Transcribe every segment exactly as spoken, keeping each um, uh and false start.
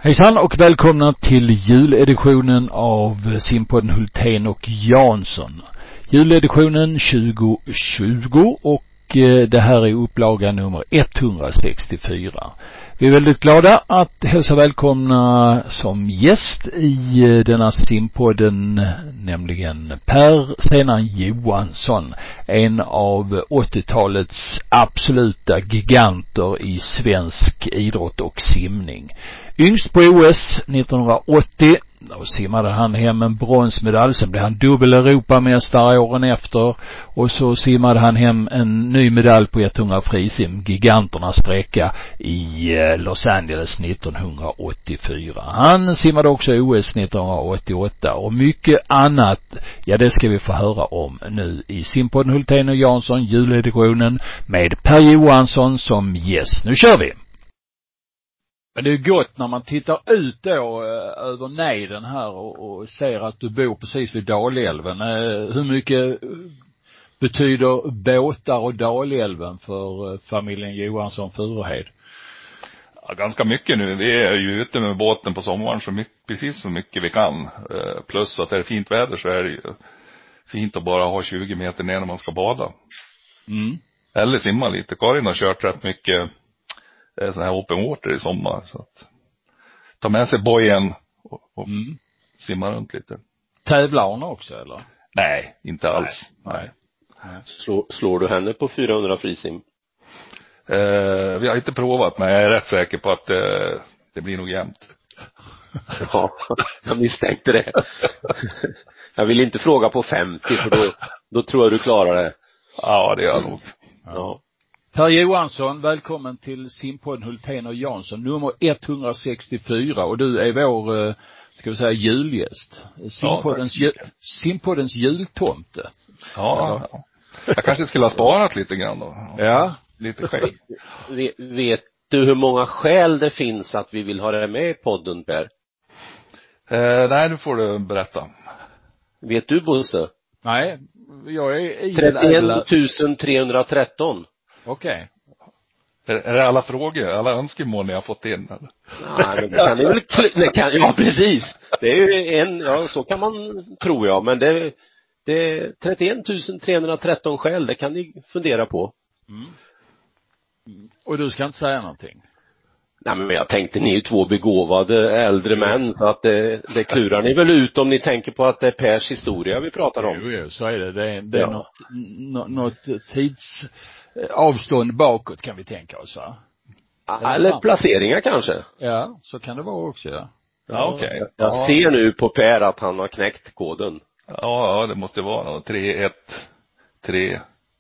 Hejsan och välkomna till juleditionen av Simpodden Hultén och Jansson. Juleditionen tjugo tjugo och det här är upplaga nummer etthundrasextiofyra. Vi är väldigt glada att hälsa välkomna som gäst i denna Simpodden, nämligen Per Senan Johansson, en av åttiotalets absoluta giganter i svensk idrott och simning. Yngst på O S nittonhundraåttio, då simmade han hem en bronsmedalj, sen blev han dubbel Europamästare åren efter och så simmade han hem en ny medalj på hundra frisim, giganternas sträcka i Los Angeles nittonhundraåttiofyra. Han simmade också O S nittonhundraåttioåtta och mycket annat, ja det ska vi få höra om nu i Simpodden Hultén och Jansson, juleditionen med Per Johansson som gäst. Nu kör vi! Men det är gott när man tittar ut då eh, över nejden här och, och ser att du bor precis vid Dalälven. Eh, hur mycket betyder båtar och Dalälven för eh, familjen Johansson Furuhed? Ja, ganska mycket nu. Vi är ju ute med båten på sommaren så mycket, precis så mycket vi kan. Eh, plus att det är fint väder så är det ju fint att bara ha tjugo meter ner när man ska bada. Mm. Eller simma lite. Karin har kört rätt mycket sån här open water i sommar, så att ta med sig bojen och, och mm. simma runt lite. Tävlar hon också eller? Nej, inte alls. Nej. Nej. Nej. Slår, slår du henne på fyrahundra frisim? Eh, vi har inte provat, men jag är rätt säker på att eh, det blir nog jämnt. Ja, jag misstänkte det. Jag vill inte fråga på femtio för då, då tror jag du klarar det. Ja, det är jag nog. Ja. Ja. Per Johansson, välkommen till Simpodden Hultén och Jansson, nummer etthundrasextiofyra, och du är vår, ska vi säga, julgäst. Simpoddens, ja, jul, Simpoddens jultomte. Ja, ja. Jag kanske skulle ha sparat lite grann då. Ja. Lite skäl. Vet, vet du hur många skäl det finns att vi vill ha det med i podden, Per? Eh, nej, nu får du berätta. Vet du, Bosse? Nej, jag är i trettioett tusen trehundratretton. Okej. Okay. Är, är det alla frågor, alla önskemål ni har fått in? Eller? Nej, men det kan ni väl, det kan, ja precis. Det är ju en, ja så kan man, tror jag, men det, det är trettioett tusen trehundratretton skäl, det kan ni fundera på. Mm. Och du ska inte säga någonting? Nej, men jag tänkte, ni är ju två begåvade äldre män, så att det, det klurar ni väl ut om ni tänker på att det är Pers historia vi pratar om. Jo, jo, så är det. Det är, det är ja. något, något tids avstånd bakåt kan vi tänka oss, va? Eller, Eller placeringar kanske. Ja, så kan det vara också, ja. Ja, okej. Okay. Jag ja. ser nu på Per att han har knäckt koden. Ja, ja det måste vara tre ett tre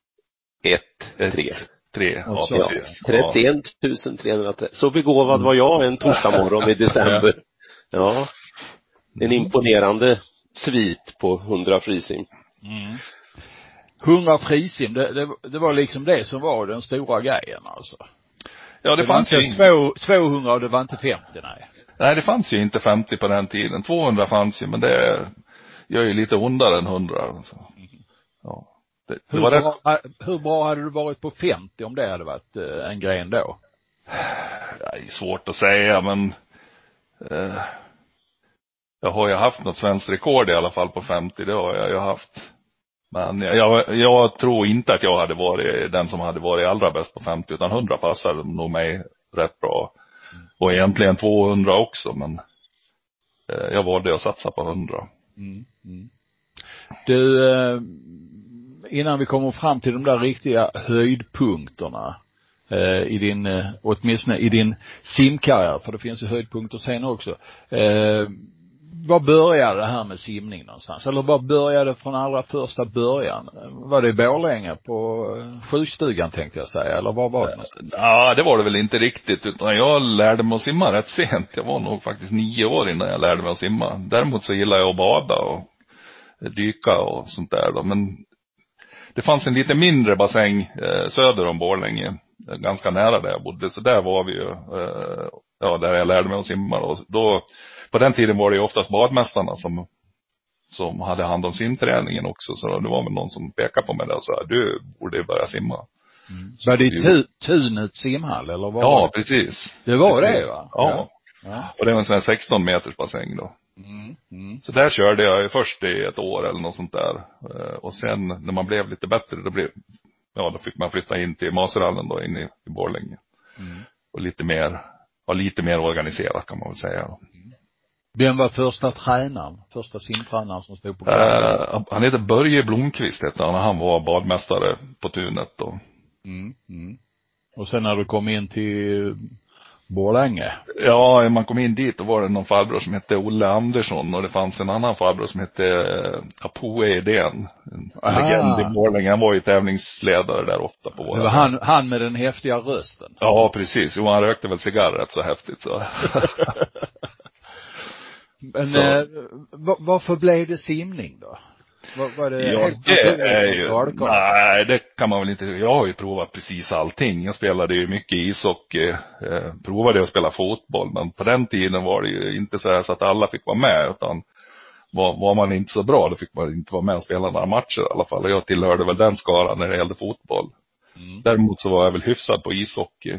ett tre tre Ja, ja, trettioett tusen trehundratretton. Så begåvad mm. var jag en torsdag morgon i december. Ja. En imponerande svit på hundra frisim. Mm. hundra frisim, det, det, det var liksom det som var den stora grejen alltså. Ja, det, det fanns ju två, tvåhundra och det var inte femtio, nej. Nej, det fanns ju inte femtio på den tiden. tvåhundra fanns ju, men det gör ju lite ondare än hundra. Alltså. Ja. Det, det hur, var bra, rätt... hur bra hade du varit på femtio om det hade varit eh, en gren då? Det är svårt att säga, men eh, jag har ju haft något svenskt rekord i alla fall på femtio, det har jag ju haft. Men jag, jag, jag tror inte att jag hade varit den som hade varit allra bäst på femtio, utan hundra passade nog mig rätt bra. Mm. Och egentligen tvåhundra också, men eh, jag valde att satsa på hundra. Mm. Mm. Du, eh, innan vi kommer fram till de där riktiga höjdpunkterna eh, i din, eh, åtminstone i din simkarriär, för det finns ju höjdpunkter sen också. Eh, var började det här med simning någonstans? Eller var började från allra första början? Var det i Borlänge på sjukstugan tänkte jag säga, eller var var det någonstans? Ja, det var det väl inte riktigt, utan jag lärde mig att simma rätt sent. Jag var nog faktiskt nio år innan jag lärde mig att simma. Däremot så gillar jag att bada och dyka och sånt där då. Men det fanns en lite mindre bassäng eh, söder om Borlänge, ganska nära där jag bodde. Så där var vi ju, eh, ja, där jag lärde mig att simma. Och då, på den tiden var det ju oftast badmästarna som, som hade hand om simträningen också. Så det var väl någon som pekade på mig där och sa, du borde börja simma. Mm. Var det i tu, Tunets simhall eller vad? Ja, var det? precis. Det var precis. det, va? Ja. Ja. Ja. Och det var en sån här sexton meters bassäng då. Mm. Mm. Så där körde jag ju först i ett år eller något sånt där. Och sen när man blev lite bättre, då blev, ja då fick man flytta in till Maserhallen då inne i, i Borlänge. Mm. Och lite mer, ja, lite mer organiserat kan man väl säga. Mm. Vem var första tränaren? Första simtränaren som stod på programmet? Uh, han heter Börje Blomqvist heter han. Han var badmästare på Tunet då. Mm. Mm. Och sen när du kom in till Borlänge? Ja, man kom in dit och var det någon farbror som hette Olle Andersson och det fanns en annan farbror som hette uh, Apo Edén. En Aha. legend i Borlänge. Han var ju tävlingsledare där ofta på våra. Det var han, han med den häftiga rösten. Ja, precis. Jo, han rökte väl cigarr rätt så häftigt så. Men eh, varför blev det simning då? Var, var det ja, helt det är ju, radikalt? nej, det kan man väl inte. Jag har ju provat precis allting. Jag spelade ju mycket ishockey, eh, provade att spela fotboll, men på den tiden var det ju inte så här så att alla fick vara med, utan var, var man inte så bra, då fick man inte vara med och spela några matcher i alla fall. Och jag tillhörde väl den skaran när det gällde fotboll. Mm. Däremot så var jag väl hyfsad på ishockey.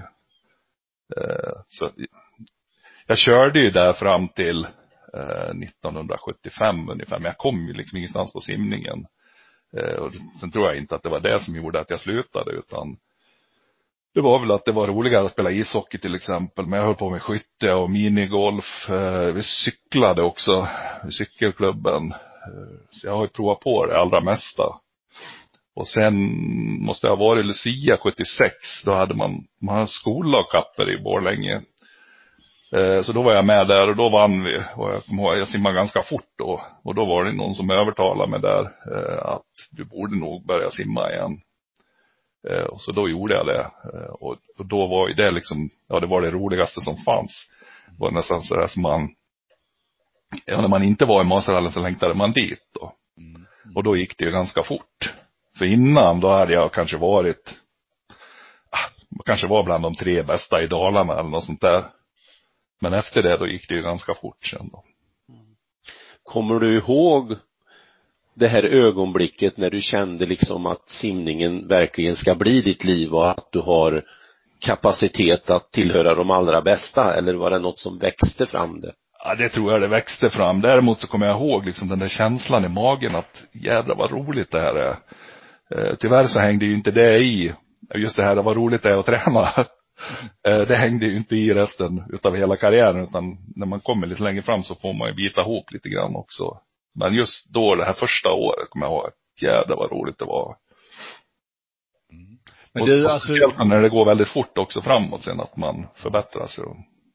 Eh, så jag körde ju där fram till nittonhundrasjuttiofem ungefär, men jag kom ju liksom ingenstans på simningen. Eh, och sen tror jag inte att det var det som gjorde att jag slutade, utan det var väl att det var roligare att spela ishockey till exempel, men jag höll på med skytte och minigolf. Eh, vi cyklade också i cykelklubben. Eh, så jag har ju provat på det allra mesta. Och sen måste jag ha varit Lucia sjuttiosex, då hade man, man hade skollagkapper i Borlänge. Så då var jag med där och då vann vi. Och jag, jag simmade ganska fort då. Och då var det någon som övertalade mig där att du borde nog börja simma igen. Och så då gjorde jag det. Och, och då var det liksom, ja det var det roligaste som fanns. Det var nästan så där som man, ja när man inte var i Maserhallen så längtade man dit då. Mm. Och då gick det ju ganska fort. För innan då hade jag kanske varit, kanske var bland de tre bästa i Dalarna eller något sånt där. Men efter det då gick det ju ganska fort sen då. Kommer du ihåg det här ögonblicket när du kände liksom att simningen verkligen ska bli ditt liv och att du har kapacitet att tillhöra de allra bästa? Eller var det något som växte fram det? Ja, det tror jag det växte fram. Däremot så kommer jag ihåg liksom den där känslan i magen att jädra vad roligt det här är. Eh, tyvärr så hängde ju inte det i. Just det här, det var roligt det är att träna. Det hängde ju inte i resten utav hela karriären, utan när man kommer lite längre fram så får man ju bita ihop lite grann också. Men just då, det här första året, kommer jag ihåg, jävlar vad roligt det var. Mm. Men det, och, alltså, och när det går väldigt fort också framåt sen, att man förbättrar sig.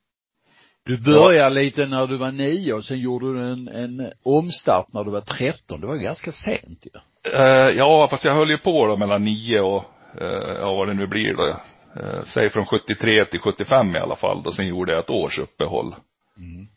Du började ja. lite när du var nio och sen gjorde du en, en omstart när du var tretton. Det var ganska sent ju. Ja. Uh, ja, fast jag höll ju på då mellan nio och uh, ja, vad det nu blir då. Uh, säg från sjuttiotre till sjuttiofem i alla fall. Och sen gjorde jag ett års uppehåll. Mm.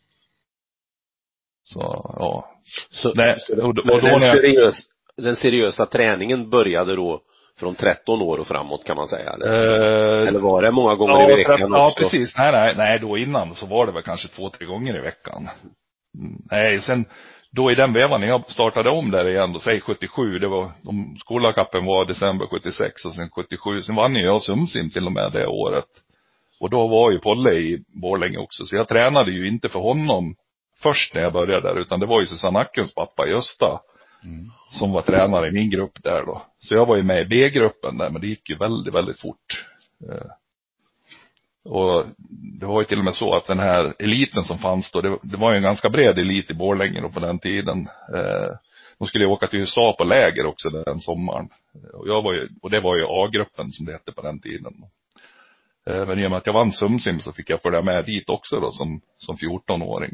Så, ja. Så, Nej, och, och då den, jag... seriös, den seriösa träningen började då från tretton år och framåt, kan man säga, eller? Uh, eller var det många gånger ja, i veckan också? Ja, precis. Nej, nej, nej, då innan så var det väl kanske två, tre gånger i veckan. Mm. Nej, sen då i den vevan när jag startade om där igen, då säg sjuttiosju, det var, de skolakappen var december sjuttiosex och sen sjuttiosju, sen vann jag Sumsim till och med det året. Och då var ju Polle i Borlänge också, så jag tränade ju inte för honom först när jag började där, utan det var ju Susanne Ackens pappa Gösta mm. som var tränare i min grupp där då. Så jag var ju med i B-gruppen där, men det gick ju väldigt, väldigt fort. Eh, och det var ju till och med så att den här eliten som fanns då, det, det var ju en ganska bred elit i Borlänge då på den tiden. Eh, de skulle ju åka till U S A på läger också den sommaren. Och jag var ju, och det var ju A-gruppen som det hette på den tiden. Eh, men i och med att jag vann Sumsim så fick jag följa med dit också då som, som fjorton-åring.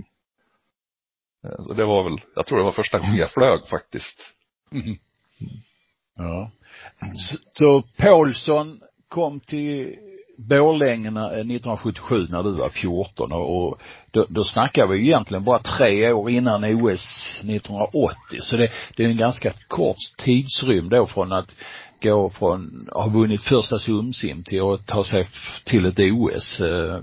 Så det var väl, jag tror det var första gången jag flög faktiskt. Mm. Mm. Ja. Så Paulsson kom till Borlänge nittonhundrasjuttiosju när du var fjorton och då, då snackade vi egentligen bara tre år innan O S nittonhundraåttio. Så det, det är en ganska kort tidsrymd då från att gå från att ha vunnit första Sumsim till att ta sig till ett O S.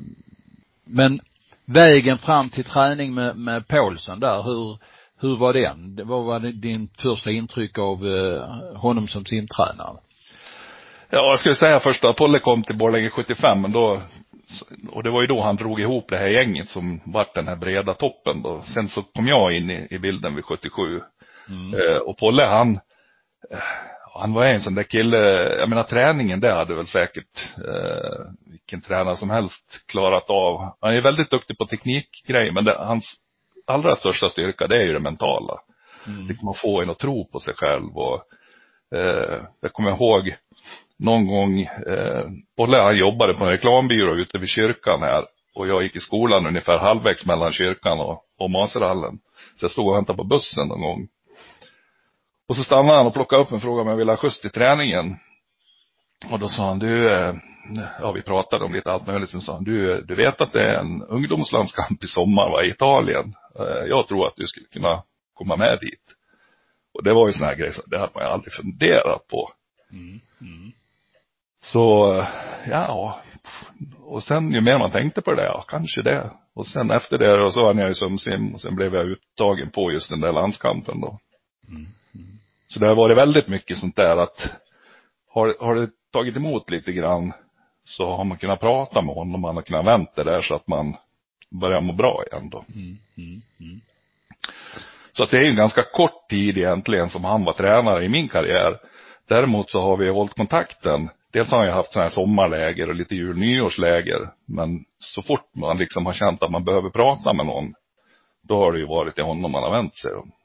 Men vägen fram till träning med, med Paulsson där, hur, hur var den? Vad var det, din första intryck av uh, honom som simtränare? Ja, jag skulle säga först att Polle kom till Borlänge sjuttiofem, men då och det var ju då han drog ihop det här gänget som vart den här breda toppen då. Sen så kom jag in i, i bilden vid sjuttiosju. Mm. Eh, och Polle han eh, han var en sån där kille, jag menar träningen det hade väl säkert eh, vilken tränare som helst klarat av. Han är väldigt duktig på teknikgrejer, men det, hans allra största styrka det är ju det mentala. Mm. Liksom att få en att tro på sig själv. Och eh, jag kommer ihåg någon gång eh, Polle han jobbade på en reklambyrå ute vid kyrkan här, och jag gick i skolan ungefär halvvägs mellan kyrkan och, och Maserhallen. Så jag stod och väntade på bussen någon gång. Och så stannade han och plockade upp en fråga om jag ville ha skjuts till träningen. Och då sa han, du, ja vi pratade om lite allt möjligt. Sen sa han, du, du vet att det är en ungdomslandskamp i sommar va, i Italien. Jag tror att du skulle kunna komma med dit. Och det var ju såna här grejer, det hade man ju aldrig funderat på. Mm, mm. Så, ja. Och sen ju mer man tänkte på det, ja kanske det. Och sen efter det och så var jag ju som sim, och sen blev jag uttagen på just den där landskampen då. Mm. Mm. Så det har varit väldigt mycket sånt där att har, har det tagit emot lite grann så har man kunnat prata med honom, man har kunnat vänta där så att man börjar må bra igen då. Mm. Mm. Mm. Så att det är ju en ganska kort tid egentligen som han var tränare i min karriär. Däremot så har vi hållit kontakten. Dels har jag haft sådana här sommarläger och lite jul- nyårsläger. Men så fort man liksom har känt att man behöver prata med någon, då har det ju varit till honom man har vänt sig då.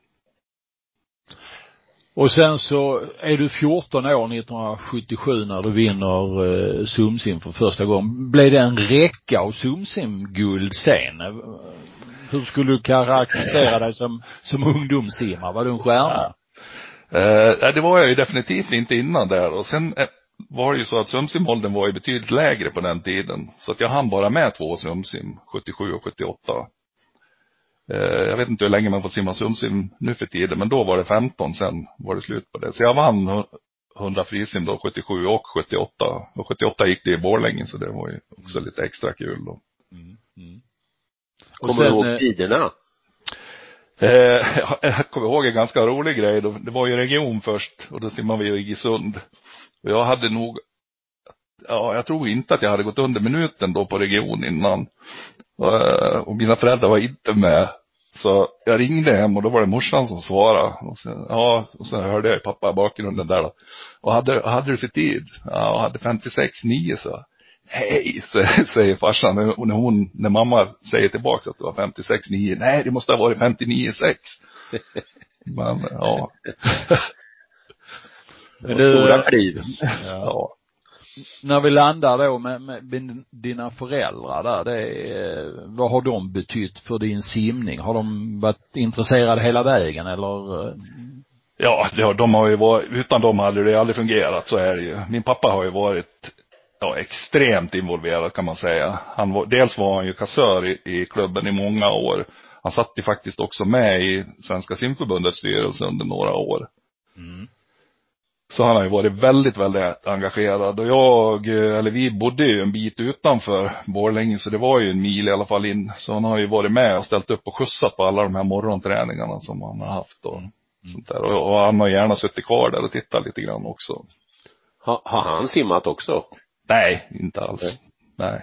Och sen så är du fjorton år nittonhundrasjuttiosju när du vinner eh, Sumsim för första gången. Blev det en räcka av Sumsim-guld sen? Hur skulle du karaktärisera dig som, som ungdomssimmare? Var du en stjärna? Ja. Eh, det var jag ju definitivt inte innan där. Och sen eh, var det ju så att Sumsim-åldern var ju betydligt lägre på den tiden. Så att jag hann bara med två Sumsim, sjuttiosju och sjuttioåtta. Jag vet inte hur länge man får simma Sumsim nu för tiden, men då var det femton, sen var det slut på det. Så jag vann hundra frisim då, sjuttiosju och sjuttioåtta. Och sjuttioåtta gick det i Borlänge, så det var ju också lite extra kul då. Mm, mm. Kommer du ihåg tiderna? Eh, jag kommer ihåg en ganska rolig grej. Det var ju region först, och då simmade vi i Iggesund. Och jag hade nog, ja jag tror inte att jag hade gått under minuten då på region innan. Och mina föräldrar var inte med. Så jag ringde hem och då var det morsan som svarade. Och sen, ja, och sen hörde jag pappa i bakgrunden där då. Och hade, hade du för tid? Ja, jag hade femtiosex nio så. Hej, säger farsan. Och när hon, när mamma säger tillbaka att det var femtiosex nio. Nej, det måste ha varit femtionio sex. Men ja. Det var stora kliv. Ja. Ja. När vi landar då med, med dina föräldrar där, det är, vad har de betytt för din simning? Har de varit intresserade hela vägen eller? Ja, de har ju varit, utan dem hade det aldrig fungerat, så är det ju. Min pappa har ju varit ja, extremt involverad kan man säga. Han var, dels var han ju kassör i, i klubben i många år. Han satt ju faktiskt också med i Svenska simförbundets styrelse under några år. Mm. Så han har ju varit väldigt, väldigt engagerad. Och jag, eller vi bodde ju en bit utanför Borlänge, så det var ju en mil i alla fall in. Så han har ju varit med och ställt upp och skjutsat på alla de här morgonträningarna som han har haft och mm. sånt där. Och, och han har gärna suttit kvar där och tittat lite grann också. Ha, har han simmat också? Nej, inte alls. Nej. Nej.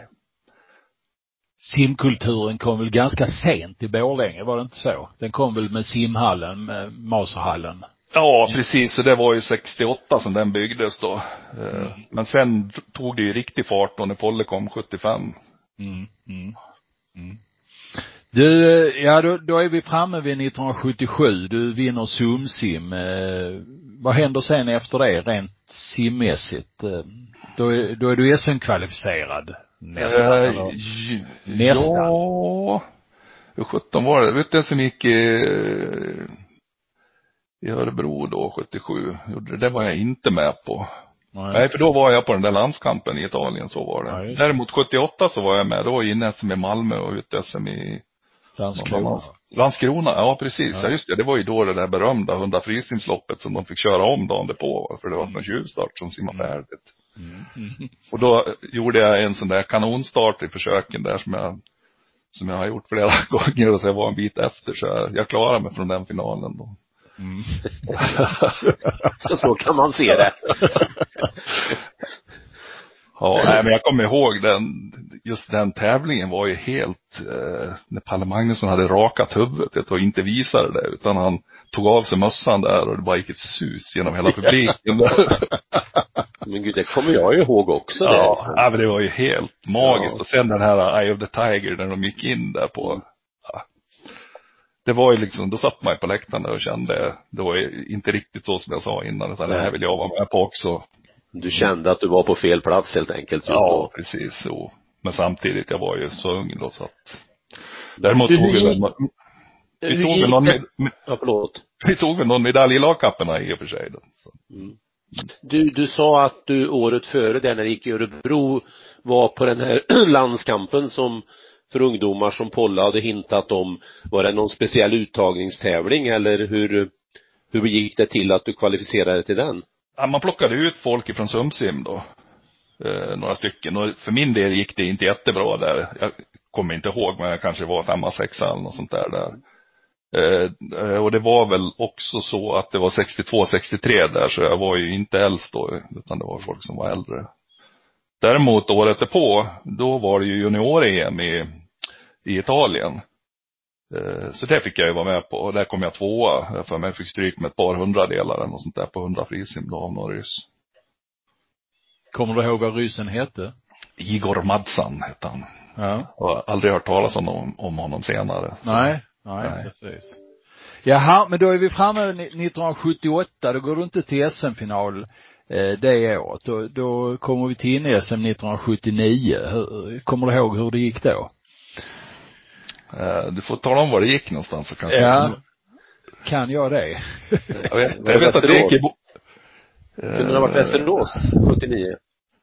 Simkulturen kom väl ganska sent i Borlänge, var det inte så? Den kom väl med simhallen, med Maserhallen. Ja, precis. Så det var ju sextioåtta som den byggdes då. Mm. Men sen tog det ju riktig fart då när Polle kom sjuttiofem. Mm. Mm. Mm. Du, ja då, då är vi framme vid nittonhundrasjuttiosju. Du vinner Sumsim. Eh, vad händer sen efter det rent simmässigt? Eh, då, är, då är du S M-kvalificerad nästan. Äh, eller? J- nästan. Ja, hur sjutton var det? Vet du som gick eh, i Örebro då, sjuttiosju. Det var jag inte med på. Nej. Nej, för då var jag på den där landskampen i Italien, så var det. Nej. Däremot sjuttioåtta så var jag med. Då var jag inne S M i Malmö och ute S M i Landskrona. Landskrona, ja precis. Ja. Ja, just det, det var ju då det där berömda hundra frisimsloppet som de fick köra om dagen på. För det var mm. någon tjuvstart som simmade färdigt. Mm. Mm. Och då gjorde jag en sån där kanonstart i försöken där som jag, som jag har gjort flera gånger. Och så jag var en bit efter, så jag, jag klarade mig från den finalen då. Mm. Så kan man se det. Ja, nej, men jag kommer ihåg den, just den tävlingen var ju helt, eh, när Palle Magnusson hade rakat huvudet och inte visade det, utan han tog av sig mössan där och det bara gick ett sus genom hela publiken. Men gud, det kommer jag ju ihåg också. Ja, liksom. ja, men det var ju helt magiskt. Ja. Och sen den här Eye of the Tiger när de gick in där på, ja. Det var ju liksom, då satt man ju på läktaren där och kände, det var ju inte riktigt så som jag sa innan, utan det här vill jag vara med på också. Du kände att du var på fel plats helt enkelt just ja, då. Ja, precis så. Men samtidigt, jag var ju så ung då så att. Däremot du, tog vi väl, vi tog väl någon med, ja, förlåt. vi tog väl någon medalj i lagkapperna i och för sig då. Mm. Du, du sa att du året före där när du gick i Örebro var på den här landskampen som för ungdomar som Polla hade hintat om. Var det någon speciell uttagningstävling eller hur, hur gick det till att du kvalificerade till den? Ja, man plockade ut folk ifrån Sumsim då. Eh, några stycken. Och för min del gick det inte jättebra där. Jag kommer inte ihåg, men jag kanske var femma, sexa eller något sånt där där. Eh, och det var väl också så att det var sextiotvå sextiotre där, så jag var ju inte äldst då, utan det var folk som var äldre. Däremot året därpå, då var det ju junior-E M i, i Italien. Eh, så det fick jag ju vara med på, och där kom jag tvåa, för mig fick stryk med ett par hundradelar eller något sånt där på hundra frisim då av någon ryss. Kommer du ihåg vad ryssen hette? Igor Madsan hette han. Ja. Och jag har aldrig hört talas om, om, om honom senare. Så. Nej, nej, nej, precis. Jaha, men då är vi framme nittonhundrasjuttioåtta, då går du inte till S M-final eh, det året. Då, då kommer vi till in i S M nittonhundrasjuttionio. Hur, kommer du ihåg hur det gick då? Eh, du får tala om var det gick någonstans så kanske. Ja, kan jag det? Jag vet, jag vet att det gick i... Bo- Kunde det ha varit Västerås sjuttionio?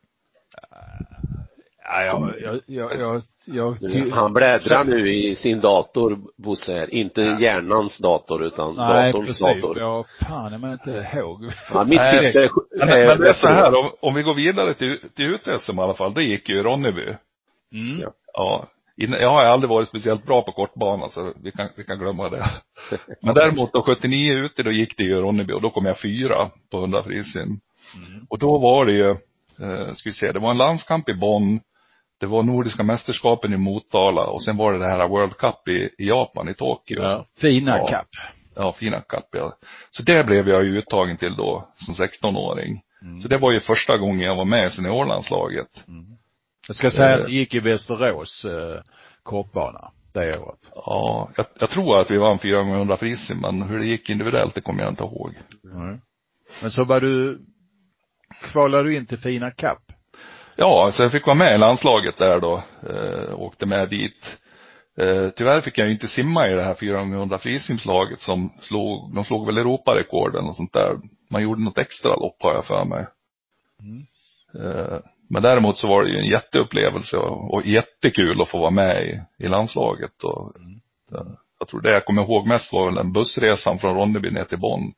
Ja, jag, jag, jag, jag, jag ty- Han bläddrar nu i sin dator, Bosse här. Inte ja. hjärnans dator utan Nej, datorns precis. dator. Ja, fan, jag menar inte ihåg. Ja, mitt Nej, tips är, men, är, men det är så här, om, om vi går vidare till, till ut-S M i alla fall, det gick ju i Ronneby. Mm. Ja. ja. Jag har aldrig varit speciellt bra på kortbana, så vi kan, vi kan glömma det. Men däremot då sjuttionio ute, då gick det ju i Ronneby och då kom jag fyra på hundra frisim. Mm. Och då var det ju, eh, ska vi se, det var en landskamp i Bonn. Det var nordiska mästerskapen i Motala och sen var det det här World Cup i, i Japan, i Tokyo. Ja, fina ja. cup. Ja, fina cup, ja. Så det blev jag ju uttagen till då som sexton-åring. Mm. Så det var ju första gången jag var med i seniorlandslaget. Mm. Jag ska säga att det gick i Västerås eh, kortbana det året. Ja, jag, jag tror att vi vann fyra gånger hundra frisim, men hur det gick individuellt, det kommer jag inte ihåg. Mm. Men så var du, kvalade du in till fina cup? Ja, så jag fick vara med i landslaget där då, eh, åkte med dit. Eh, tyvärr fick jag ju inte simma i det här fyra gånger hundra frisimslaget som slog, de slog väl Europarekorden och sånt där. Man gjorde något extra lopp har jag för mig. Mm. Eh, men däremot så var det ju en jätteupplevelse och, och jättekul att få vara med i, i landslaget. Och, mm. eh, jag tror det jag kommer ihåg mest var väl den bussresan från Ronneby ner till Bonn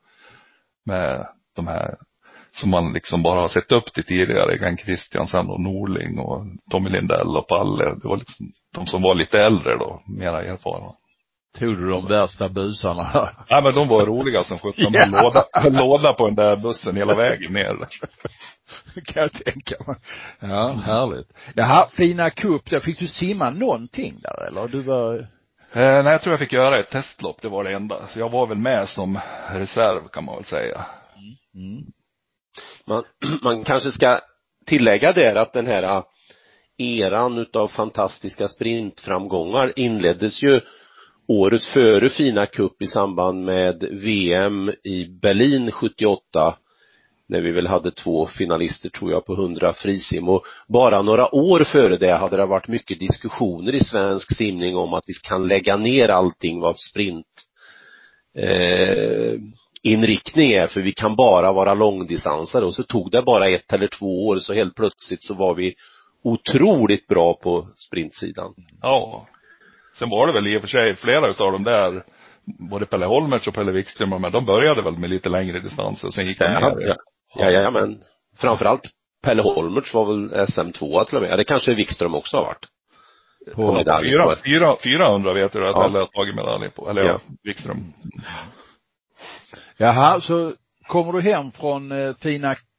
med de här som man liksom bara har sett upp till tidigare, Glenn Kristiansen och Norling och Tommy Lindell och Palle. Det var liksom de som var lite äldre då, mera erfarna. Tog du de värsta busarna? Ja, men de var roliga som sjutton. De ja. låda, låda på den där bussen hela vägen ner. Kan jag tänka mig. Ja, härligt. Jaha, fina cup. Där fick du simma någonting där, eller? Du var... Eh, nej, jag tror jag fick göra ett testlopp. Det var det enda. Så jag var väl med som reserv kan man väl säga. Mm. Mm. Man, man kanske ska tillägga där att den här eran utav fantastiska sprintframgångar inleddes ju året före fina cup i samband med V M i Berlin sjuttioåtta, när vi väl hade två finalister tror jag på hundra frisim, och bara några år före det hade det varit mycket diskussioner i svensk simning om att vi kan lägga ner allting vad sprint eh, inriktning är, för vi kan bara vara långdistansare. Och så tog det bara ett eller två år, så helt plötsligt så var vi otroligt bra på sprintsidan. Ja, sen var det väl i och för sig flera utav dem där, både Pelle Holmertz och Pelle Wikström, men de började väl med lite längre distanser och sen gick de ja, ner. Ja, ja, ja, men framförallt Pelle Holmertz var väl S M två till och med. Ja, det kanske Wikström också har varit. På, på medalj fyra, på. Fyra, fyrahundra vet du att ja. Pelle har tagit medalj på. Eller ja, Wikström. Jaha, så kommer du hem från eh, fina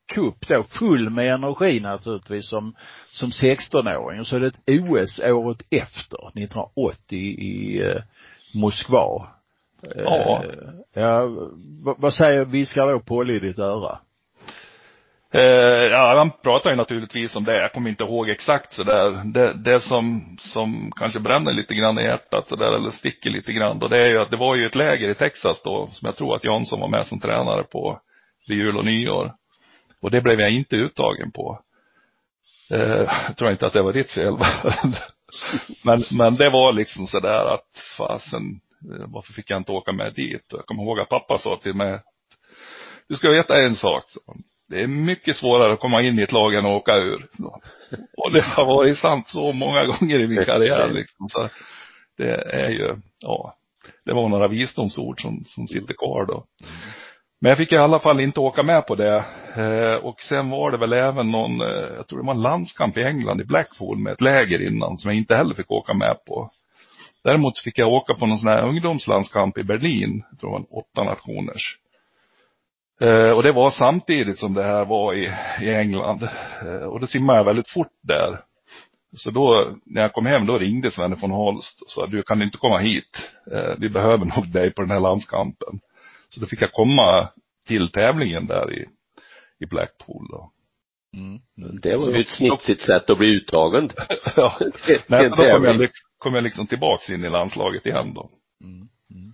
cup då, full med energi naturligtvis som, som sexton-åring. Och så är det ett O S året efter, nittonhundraåttio i eh, Moskva. Ja. Eh, ja, vad, vad säger, viskar då Polly i ditt öra? Eh, ja, han pratar ju naturligtvis om det. Jag kommer inte ihåg exakt så där. Det, det som, som kanske bränner lite grann i hjärtat så där, eller sticker lite grann. Och det är ju att det var ju ett läger i Texas då, som jag tror att Jansson var med som tränare på vid jul och nyår. Och det blev jag inte uttagen på. Eh, jag tror inte att det var ditt fel. men, men det var liksom så där att fasen, varför fick jag inte åka med dit? Och jag kommer ihåg att pappa sa till mig, du ska veta en sak. Så. Det är mycket svårare att komma in i ett lag än att åka ur. Och det har varit sant så många gånger i min karriär. Liksom. Så det är ju, ja, det var några visdomsord som, som sitter kvar då. Men jag fick i alla fall inte åka med på det. Eh, och sen var det väl även någon, eh, jag tror det var en landskamp i England i Blackpool med ett läger innan som jag inte heller fick åka med på. Däremot fick jag åka på någon sån här ungdomslandskamp i Berlin. Jag tror det var en åtta nationers. Eh, och det var samtidigt som det här var i, i England. Eh, och då simmade jag väldigt fort där. Så då, när jag kom hem, då ringde Sven von Holst och sa, du kan inte komma hit. Eh, vi behöver nog dig på den här landskampen. Så då fick jag komma till tävlingen där i, i Blackpool då. Mm. Det var ju ett snitsigt sätt att bli uttagen. Ja, nej, då kom jag, liksom, kom jag liksom tillbaks in i landslaget igen då. Mm. Mm.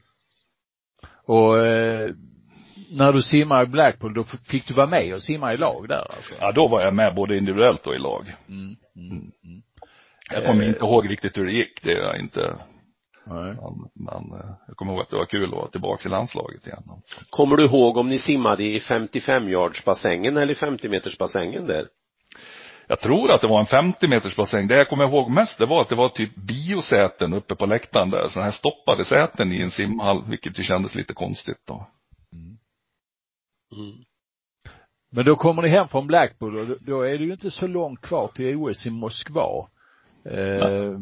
Och eh, när du simmar i Blackpool, då fick du vara med och simma i lag där alltså? Ja, då var jag med både individuellt och i lag. Mm. Mm. Mm. Jag kommer eh, inte ihåg riktigt hur det gick, det är jag inte. Nej. Men, men jag kommer ihåg att det var kul att vara tillbaka i landslaget igen. Kommer du ihåg om ni simmade i femtiofem yards bassängen eller i femtio meters bassängen där? Jag tror att det var en femtio meters bassäng. Det jag kommer ihåg mest, det var att det var typ biosäten uppe på läktaren där. Så här stoppade säten i en simhall, vilket ju kändes lite konstigt då. Mm. Mm. Men då kommer ni hem från Blackpool och då är det ju inte så långt kvar till O S i Moskva. Eh,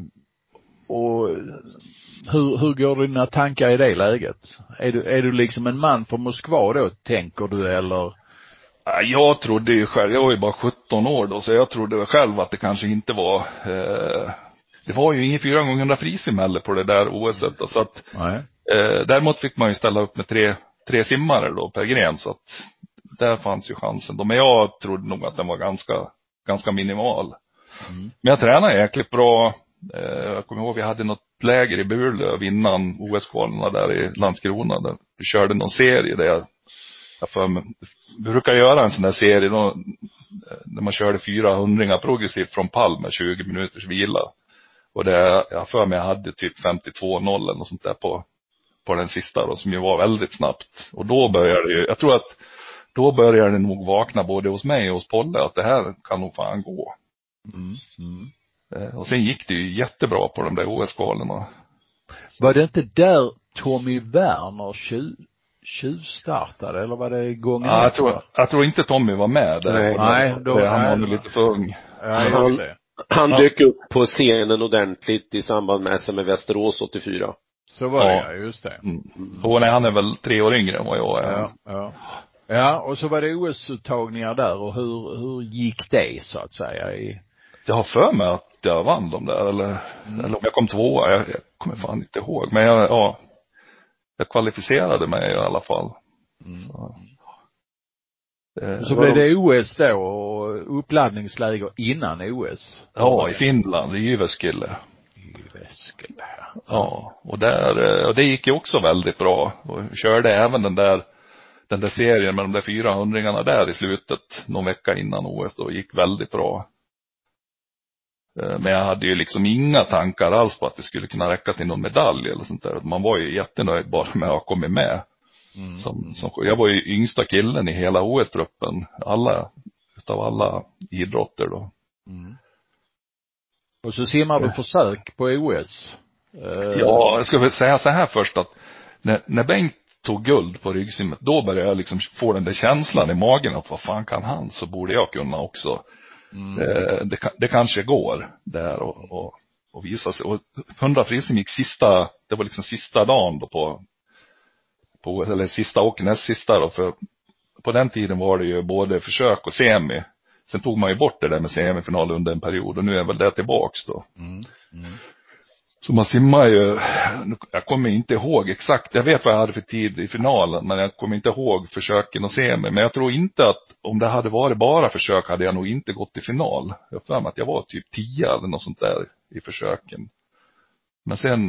och hur, hur går dina tankar i det läget? Är du, är du liksom en man från Moskva då, tänker du, eller? Jag trodde ju själv, jag var ju bara sjutton år då, så jag trodde själv att det kanske inte var, eh, det var ju ingen fyra gånger hundra frisim heller på det där O S-et då, så att, eh, däremot fick man ju ställa upp med tre, tre simmare då per gren, så att där fanns ju chansen då, men jag trodde nog att den var ganska, ganska minimal. Mm. Men jag tränade jäkligt bra. Jag kommer ihåg vi hade något läger i Burlöv innan O S-kvalerna där i Landskrona. Där vi körde någon serie där jag, jag för mig, brukar göra en sån där serie då, när man körde fyra hundringar progressivt från pall med tjugo minuters vila. Och det, jag för mig jag hade typ femtiotvå noll eller något sånt där på, på den sista då, som ju var väldigt snabbt. Och då började det ju, jag tror att då började det nog vakna både hos mig och hos Polle att det här kan nog fan gå. Mm. Mm. Och sen gick det ju jättebra på de där O S-kvalerna. Var det inte där Tommy Werner tjuv, tjuvstartade, eller var det gången? Ja, jag tror, jag tror inte Tommy var med där. Nej, nej då, han nej, var nog lite för ung. Ja, han, han dök upp på scenen ordentligt i samband med S M i Västerås åttiofyra. Så var ja. det, just det. Mm. Och nej, han är väl tre år yngre än vad jag är. Ja, ja. Ja, och så var det O S-uttagningar där, och hur, hur gick det så att säga i... Jag har för mig att jag vann dem där, eller, mm. eller om jag kom tvåa, jag, jag kommer fan inte ihåg. Men jag, ja, jag kvalificerade mig i alla fall. Mm. Så, det, så blev det O S då, och uppladdningsläger innan O S? Ja, i Finland, i Jyväskylä. Jyväskylä. Ja, och där, och det gick ju också väldigt bra. Och körde även den där den där serien med de där fyra hundringarna där i slutet, någon vecka innan O S då, gick väldigt bra. Men jag hade ju liksom inga tankar alls på att det skulle kunna räcka till någon medalj eller sånt där. Man var ju jättenöjd bara med att ha kommit med. Mm. Som, som, jag var ju yngsta killen i hela O S-truppen. Alla, utav alla idrotter då. Mm. Och så simmar du försök på O S. Ja, jag ska väl säga så här först att när, när Bengt tog guld på ryggsimmet, då började jag liksom få den där känslan i magen att vad fan kan han, så borde jag kunna också. Mm. Eh, det, det kanske går där och, och, och visa sig. Och hundra frisim gick sista, det var liksom sista dagen då på, på eller sista och näst sista då, för på den tiden var det ju både försök och semi. Sen tog man ju bort det där med semifinal under en period och nu är väl det tillbaks då. Mm. Mm. Så man simmar ju, jag kommer inte ihåg exakt, jag vet vad jag hade för tid i finalen, men jag kommer inte ihåg försöken och semi. Men jag tror inte att om det hade varit bara försök hade jag nog inte gått till final. Jag tror att jag var typ tio eller något sånt där i försöken. Men sen,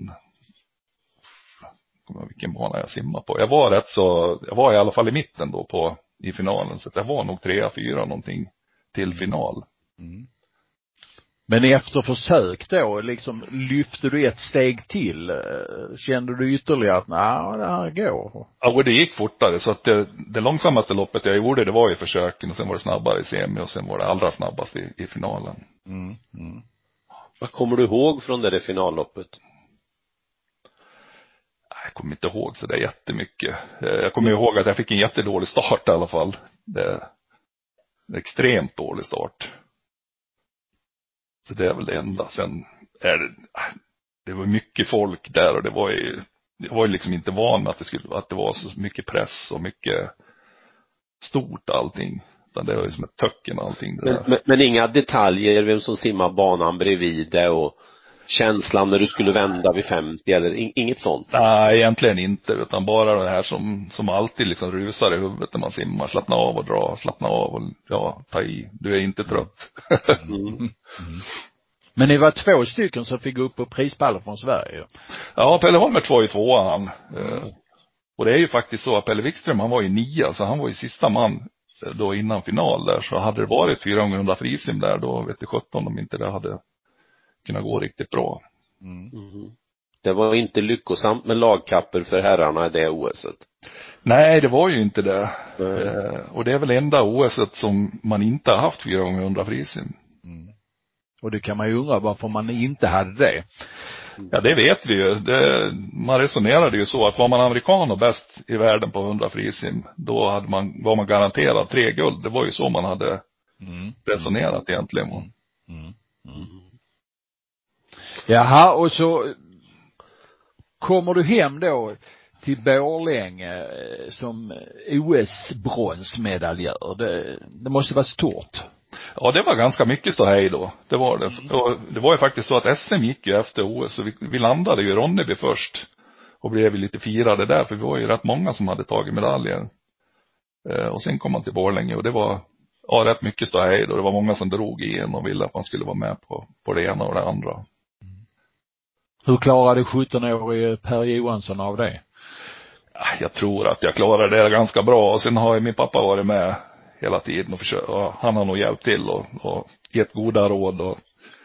kommer jag vilken bana jag simmar på. Jag var rätt så, jag var i alla fall i mitten då på, i finalen. Så jag var nog tre, fyra någonting till final. Mm. Men efter försök då, liksom lyfte du ett steg till? Kände du ytterligare att nej, det här går? Ja, och det gick fortare. Så att det, det långsammaste loppet jag gjorde, det var i försöken. Och sen var det snabbare i semi och sen var det allra snabbast i, i finalen. Mm. Mm. Vad kommer du ihåg från det där finalloppet? Jag kommer inte ihåg så där jättemycket. Jag kommer ihåg att jag fick en jättedålig start i alla fall. Det, det extremt dålig start. Så det är väl det enda. Sen är det, det var mycket folk där och det var ju, det var ju liksom inte van med att det skulle, att det var så mycket press och mycket stort allting. Utan det var ju som ett töcken allting. Det men, där. men, men inga detaljer, vem som simmar banan bredvid det och känslan när du skulle vända vid femtio eller in, inget sånt? Nej, egentligen inte, utan bara det här som, som alltid liksom rusar i huvudet när man simmar. Slappna av och dra, slappna av och ja, ta i. Du är inte trött. Mm. Mm. Men ni var två stycken som fick gå upp på prispallen från Sverige. Ja, Pelle Holmer var ju tvåan. Mm. Och det är ju faktiskt så att Pelle Wikström, han var ju nia, så han var ju sista man då innan final där. Så hade det varit fyra gånger hundra frisim där, då vet jag sjutton om inte det hade kunnat gå riktigt bra. Mm. Mm. Det var inte lyckosamt med lagkapper för herrarna i det O S-et. Nej, det var ju inte det. Mm. Eh, och det är väl enda O S-et som man inte har haft fyra gånger hundra frisim. Mm. Och det kan man ju undra varför man inte hade det. Ja, det vet vi ju. Det, man resonerade ju så att var man amerikan och bäst i världen på hundra frisim, då hade man, var man garanterad tre guld. Det var ju så man hade mm. resonerat egentligen. Mm. Mm. Mm. Jaha, och så kommer du hem då till Borlänge som O S-bronsmedaljör. Det, det måste vara stort. Ja, det var ganska mycket ståhej då. Det var det. Mm. Och det var ju faktiskt så att S M gick ju efter O S. Så vi, vi landade ju i Ronneby först. Och blev lite firade där. För vi var ju rätt många som hade tagit medaljer. Eh, och sen kom man till Borlänge. Och det var ja, rätt mycket ståhej då. Det var många som drog i en och ville att man skulle vara med på, på det ena och det andra. Mm. Hur klarade sjutton-årige Per Johansson av det? Jag tror att jag klarade det ganska bra. Och sen har ju min pappa varit med hela tiden och, försökt, och han har nog hjälpt till och, och gett goda råd och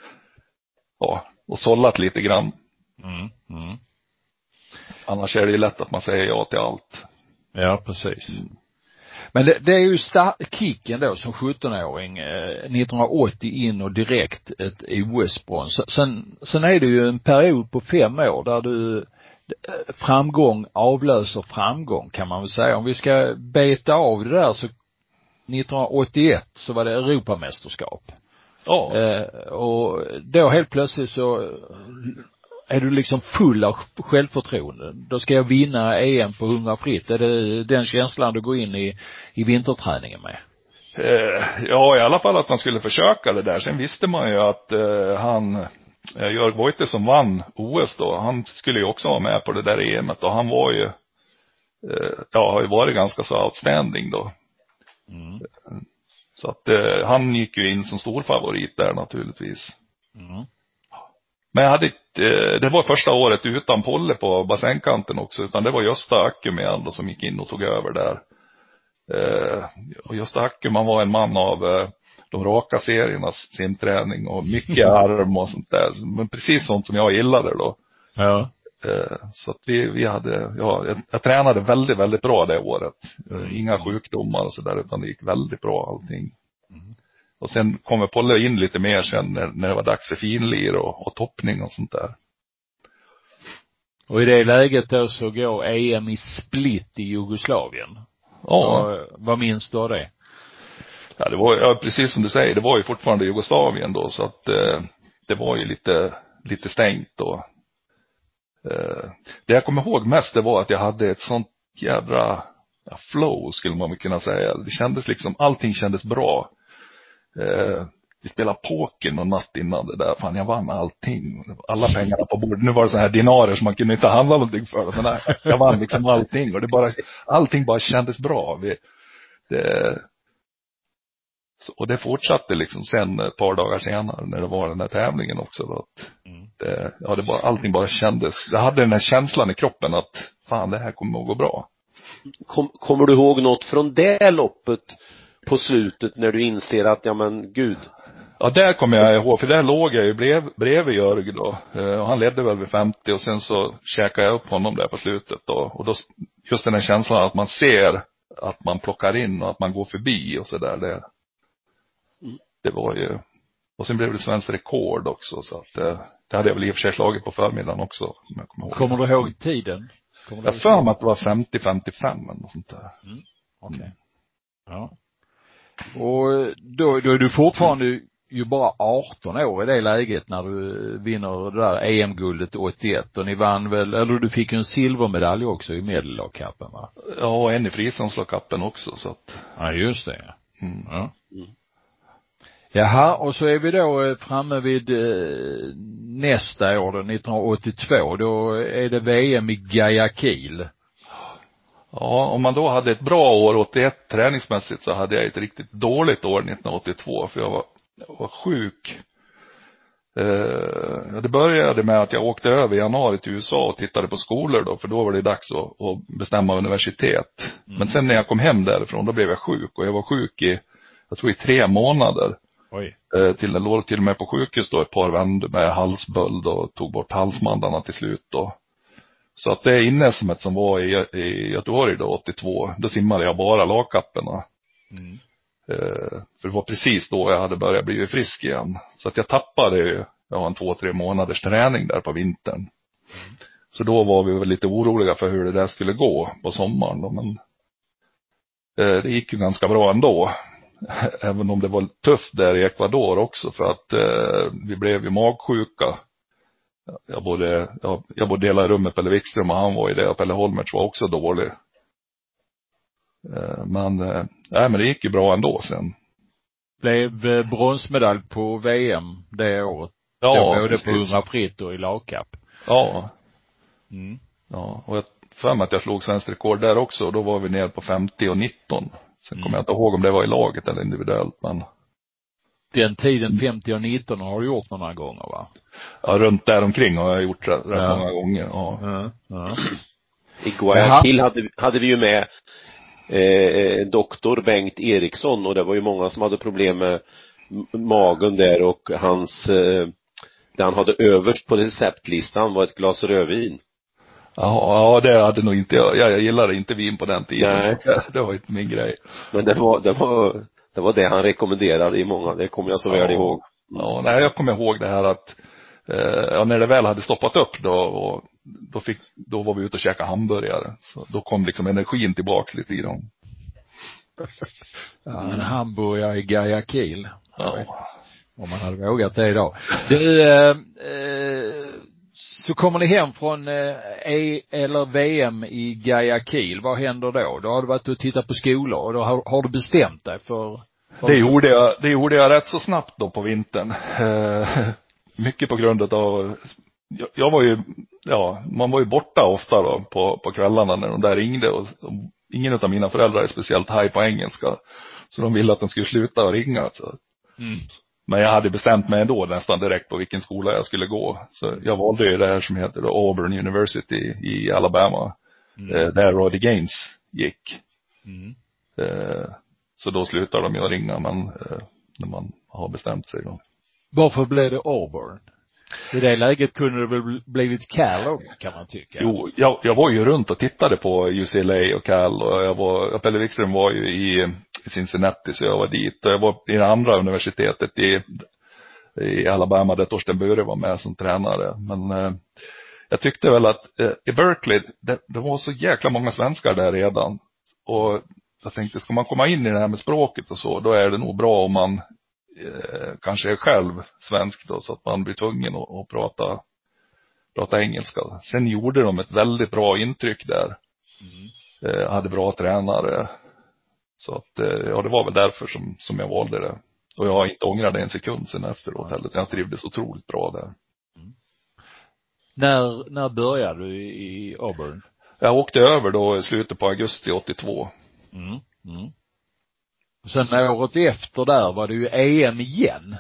ja, och sållat lite grann. Mm. Mm. Annars är det ju lätt att man säger ja till allt. Ja, precis. Mm. Men det, det är ju stark kicken då som sjutton-åring eh, nittonhundraåttio in och direkt ett O S-brons. Sen, sen är det ju en period på fem år där du framgång avlöser framgång kan man väl säga. Om vi ska beta av det där så nittonhundraåttioett så var det Europamästerskap. Ja. Eh, och då helt plötsligt så är du liksom full av självförtroende. Då ska jag vinna E M på hundra fritt. Är det den känslan du går in i, i vinterträningen med? Eh, ja, i alla fall att man skulle försöka det där. Sen visste man ju att eh, han, eh, Jörg Voite som vann O S då, han skulle ju också vara med på det där E M:et. Och han var ju, eh, ja, har ju varit ganska så outstanding då. Mm. Så att eh, han gick ju in som stor favorit där naturligtvis. Mm. Men jag hade eh, det var första året utan Polle på bassängkanten också, utan det var Gösta Ackerman då som gick in och tog över där. Eh, och Gösta Ackerman var en man av eh, de raka seriernas simträning och mycket arm och sånt där. Men precis sånt som jag gillade då. Ja. Eh, så att vi, vi hade, ja, jag, jag tränade väldigt, väldigt bra det året. Eh, inga sjukdomar och sådär, utan det gick väldigt bra allting. Mm. Och sen kommer Polle in lite mer sen när, när det var dags för finlir och, och toppning och sånt där. Och i det läget då så går E M i Split i Jugoslavien. Ja. Och, vad minns du av det? Ja, det var ja, precis som du säger, det var ju fortfarande Jugoslavien då, så att eh, det var ju lite, lite stängt då. Eh, det jag kommer ihåg mest det var att jag hade ett sånt jädra, ja, flow skulle man väl kunna säga. Det kändes liksom, allting kändes bra. Eh, vi spelade poker någon natt innan det där. Fan, jag vann allting. Alla pengarna på bordet. Nu var det så här dinarer som man kunde inte handla någonting för. Men nej, jag vann liksom allting. Och det bara, allting bara kändes bra. Vi, det, så, och det fortsatte liksom sen ett par dagar senare när det var den här tävlingen också. Att det, ja, det bara, allting bara kändes. Jag hade den här känslan i kroppen att fan, det här kommer att gå bra. Kom, kommer du ihåg något från det loppet på slutet när du inser att, ja men gud. Ja, där kommer jag ihåg, för där låg jag ju brev, bredvid Jörg då. Och han ledde väl vid femtio och sen så käkade jag upp honom där på slutet då. Och då, just den här känslan att man ser att man plockar in och att man går förbi och sådär, det, det var ju, och sen blev det svensk rekord också, så att det, det hade jag väl i och för sig slagit på förmiddagen också. Om jag kommer ihåg. Kommer du ihåg tiden? Kommer jag för mig att det var femtio femtiofem eller något sånt där. Mm. Okej. Okay. Ja. Och då, då är du fortfarande ju bara arton år i det läget när du vinner det där E M-guldet åttioett, och ni vann väl, eller du fick ju en silvermedalj också i medellagkappen, va? Ja, och en i friidrottslagkappen också, så att. Ja, just det. Mm. Ja. Mm. Jaha, och så är vi då framme vid eh, nästa år då, nittonhundraåttiotvå, då är det V M i Guayaquil. Ja, om man då hade ett bra år åttioett träningsmässigt, så hade jag ett riktigt dåligt år nittonhundraåttiotvå, för jag var, jag var sjuk. Eh, det började med att jag åkte över i januari till U S A och tittade på skolor då, för då var det dags att, att bestämma universitet. Mm. Men sen när jag kom hem därifrån, då blev jag sjuk, och jag var sjuk i, jag tror i tre månader. Oj. Eh, till, jag låg till och med på sjukhus då ett par vändor med halsböld och tog bort halsmandarna till slut då. Så att det innesmet som var i, i Göteborg då, åttiotvå, då simmade jag bara lagkapperna. Mm. Eh, för det var precis då jag hade börjat bli frisk igen. Så att jag tappade ju, jag har en två, tre månaders träning där på vintern. Mm. Så då var vi väl lite oroliga för hur det där skulle gå på sommaren då, men eh, det gick ju ganska bra ändå. Även om det var tufft där i Ecuador också, för att eh, vi blev ju magsjuka. Jag både, jag, jag både delade rum med Pelle Wikström och han var i det, och Pelle Holmertz var också dålig. Eh, men, eh, nej, men det gick ju bra ändå sen. Blev eh, bronsmedalj på V M det året. Ja, både på hundra fritt och i lagkapp. Ja. Mm. Ja, och jag för mig att jag slog svensk rekord där också, och då var vi ner på femtio och nitton. Sen kommer mm. jag inte ihåg om det var i laget eller individuellt, men den tiden femtio och nitton har du gjort några gånger, va? Ja, runt där omkring har jag gjort rätt, rätt ja. många gånger. Ja. Ja. Ja. I Guayaquil hade, hade vi ju med eh, doktor Bengt Eriksson, och det var ju många som hade problem med magen där, och hans eh, det han hade överst på receptlistan var ett glas rödvin. Ja, ja, det hade nog inte jag. Jag, jag gillade inte vin på den tiden. Nej. Det var inte min grej. Men det var, det var, det var det han rekommenderade i många. Det kommer jag så väl ja. ihåg. Ja, nej, jag kommer ihåg det här att eh, ja, när det väl hade stoppat upp då, och då fick, då var vi ute och käka hamburgare. Så då kom liksom energin tillbaks lite i dem. Ja, en hamburgare i Guayaquil. Ja. Om man hade vågat det idag. Du, eh, eh, så kommer ni hem från eh, E eller V M i Guayaquil. Vad händer då? Då har du varit och tittat på skolor, och då har, har du bestämt dig för... för det, gjorde jag, det gjorde jag rätt så snabbt då på vintern. Eh, mycket på grund av... Jag, jag var ju... Ja, man var ju borta ofta då på, på kvällarna när de där ringde. Och, och ingen av mina föräldrar är speciellt high på engelska. Så de ville att de skulle sluta och ringa. Så. Mm. Men jag hade bestämt mig ändå nästan direkt på vilken skola jag skulle gå. Så jag valde ju det här som heter Auburn University i Alabama. Mm. Eh, där Roddy Gaines gick. Mm. Eh, så då slutar de ju att ringa men, eh, när man har bestämt sig då. Varför blev det Auburn? I det läget kunde det väl blivit Cal också, kan man tycka. Jo, jag, jag var ju runt och tittade på U C L A och Cal, och jag var, Pelle Wikström var ju i, i Cincinnati, så jag var dit, och jag var i det andra universitetet i, i Alabama där Torsten Bure var med som tränare. Men eh, jag tyckte väl att eh, i Berkeley, det, det var så jäkla många svenskar där redan, och jag tänkte, ska man komma in i det här med språket och så, då är det nog bra om man eh, kanske är själv svensk då, så att man blir tvungen att, att prata prata engelska. Sen gjorde de ett väldigt bra intryck där. Mm. eh, hade bra tränare. Så att, eh, ja, det var väl därför som, som jag valde det. Och jag har inte ångrat det en sekund sen efteråt heller. Jag trivdes otroligt bra där. Mm. När, när började du i Auburn? Jag åkte över då i slutet på augusti åttiotvå. Mm. Mm. Sen året efter där var det ju E M igen.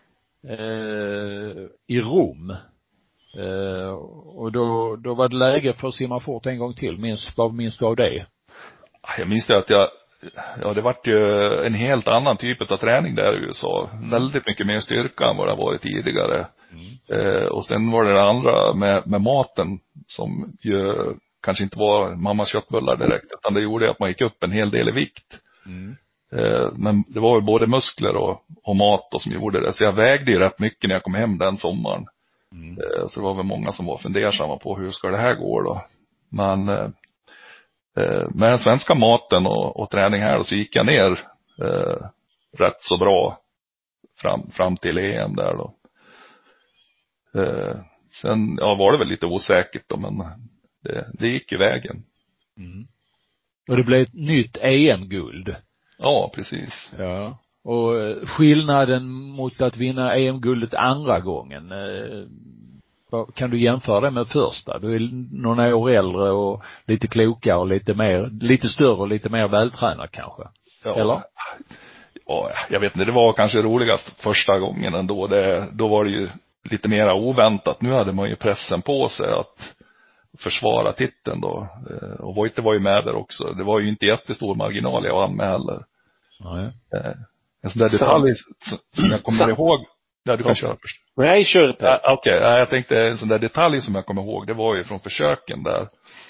Eh, I Rom. Eh, och då, då var det läge för att simma fort en gång till. Minns, vad minns du av det? Jag minns det att jag, ja det vart ju en helt annan typ av träning där i U S A. Mm. Väldigt mycket mer styrka än vad det varit tidigare. Mm. Eh, och sen var det det andra med, med maten som ju kanske inte var mammas köttbullar direkt, utan det gjorde att man gick upp en hel del i vikt. Mm. Eh, men det var ju både muskler och, och mat och som gjorde det. Så jag vägde ju rätt mycket när jag kom hem den sommaren. Mm. Eh, så det var väl många som var fundersamma på hur ska det här gå då. Men eh, med den svenska maten och, och träning här så gick jag ner eh, rätt så bra fram, fram till E M där då. Eh, sen ja, var det väl lite osäkert då, men det, det gick ju vägen. Mm. Och det blev ett nytt E M-guld. Ja, precis. Ja. Och skillnaden mot att vinna E M-guldet andra gången, eh, kan du jämföra det med första? Du är några år äldre och lite klokare och lite mer, lite större och lite mer vältränad kanske. Ja. Eller? Ja, jag vet inte, det var kanske roligast första gången ändå. Det, då var det ju lite mer oväntat. Nu hade man ju pressen på sig att försvara titeln då. Och Vojte var ju med där också. Det var ju inte jättestor marginal jag vann med heller. Nej. En sån där detalj som jag kommer Sam. ihåg. Ja, du kan ja. köra först. Nej, kör på. Ja, Okej, okay. Jag tänkte en sån där detalj som jag kommer ihåg. Det var ju från försöken där.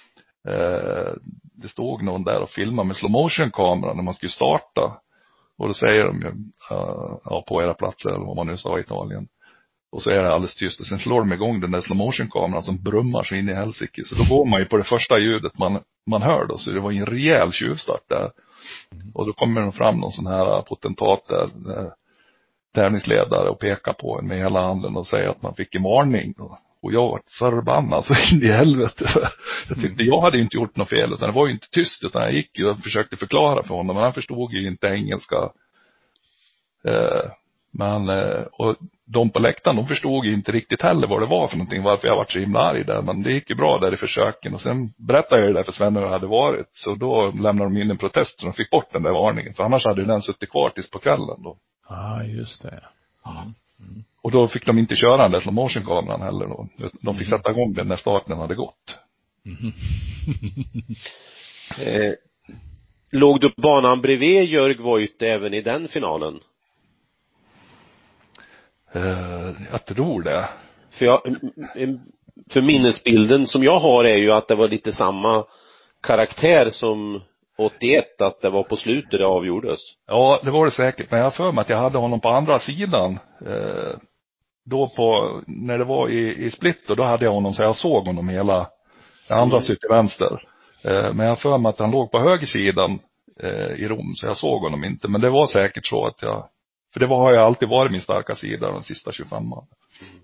Det stod någon där och filmade med slow motion kamera när man skulle starta. Och då säger de ju ja, på era platser eller vad man nu sa i Italien. Och så är det alldeles tyst och sen slår de igång den där slow motion kameran som brummar så in i helsike. Så då går man ju på det första ljudet man, man hör då. Så det var ju en rejäl tjuvstart där. Mm. Och då kommer de fram någon sån här potentat där, tävlingsledare och pekar på en med hela handen och säger att man fick en varning. Och jag var förbannad så in i helvete. Jag tyckte jag hade inte gjort något fel, utan det var ju inte tyst, utan jag gick ju och försökte förklara för honom, men han förstod ju inte engelska. Men, och de på läktaren, de förstod ju inte riktigt heller vad det var för någonting, varför jag var så himla arg där. Men det gick ju bra där i försöken. Och sen berättade jag det där för Sven hur det hade varit. Så då lämnade de in en protest så de fick bort den där varningen. För annars hade den suttit kvar tills på kvällen då. Ja, ah, just det. Mm. Mm. Och då fick de inte köra den där slow motion kameran heller då. De fick mm. sätta igång den när starten hade gått. Mm. eh, låg du banan bredvid Jörg Vojte även i den finalen? Uh, jag tror det. För, jag, för minnesbilden som jag har är ju att det var lite samma karaktär som åttioett, att det var på slutet det avgjordes. Ja, det var det säkert. Men jag har för mig att jag hade honom på andra sidan. Eh, då på, när det var i, i Split, och då hade jag honom så jag såg honom hela, den andra mm. sitt till vänster. Eh, men jag har för mig att han låg på höger sidan eh, i Rom, så jag såg honom inte. Men det var säkert så att jag, för det var, har jag alltid varit min starka sida de sista tjugofem åren. Mm.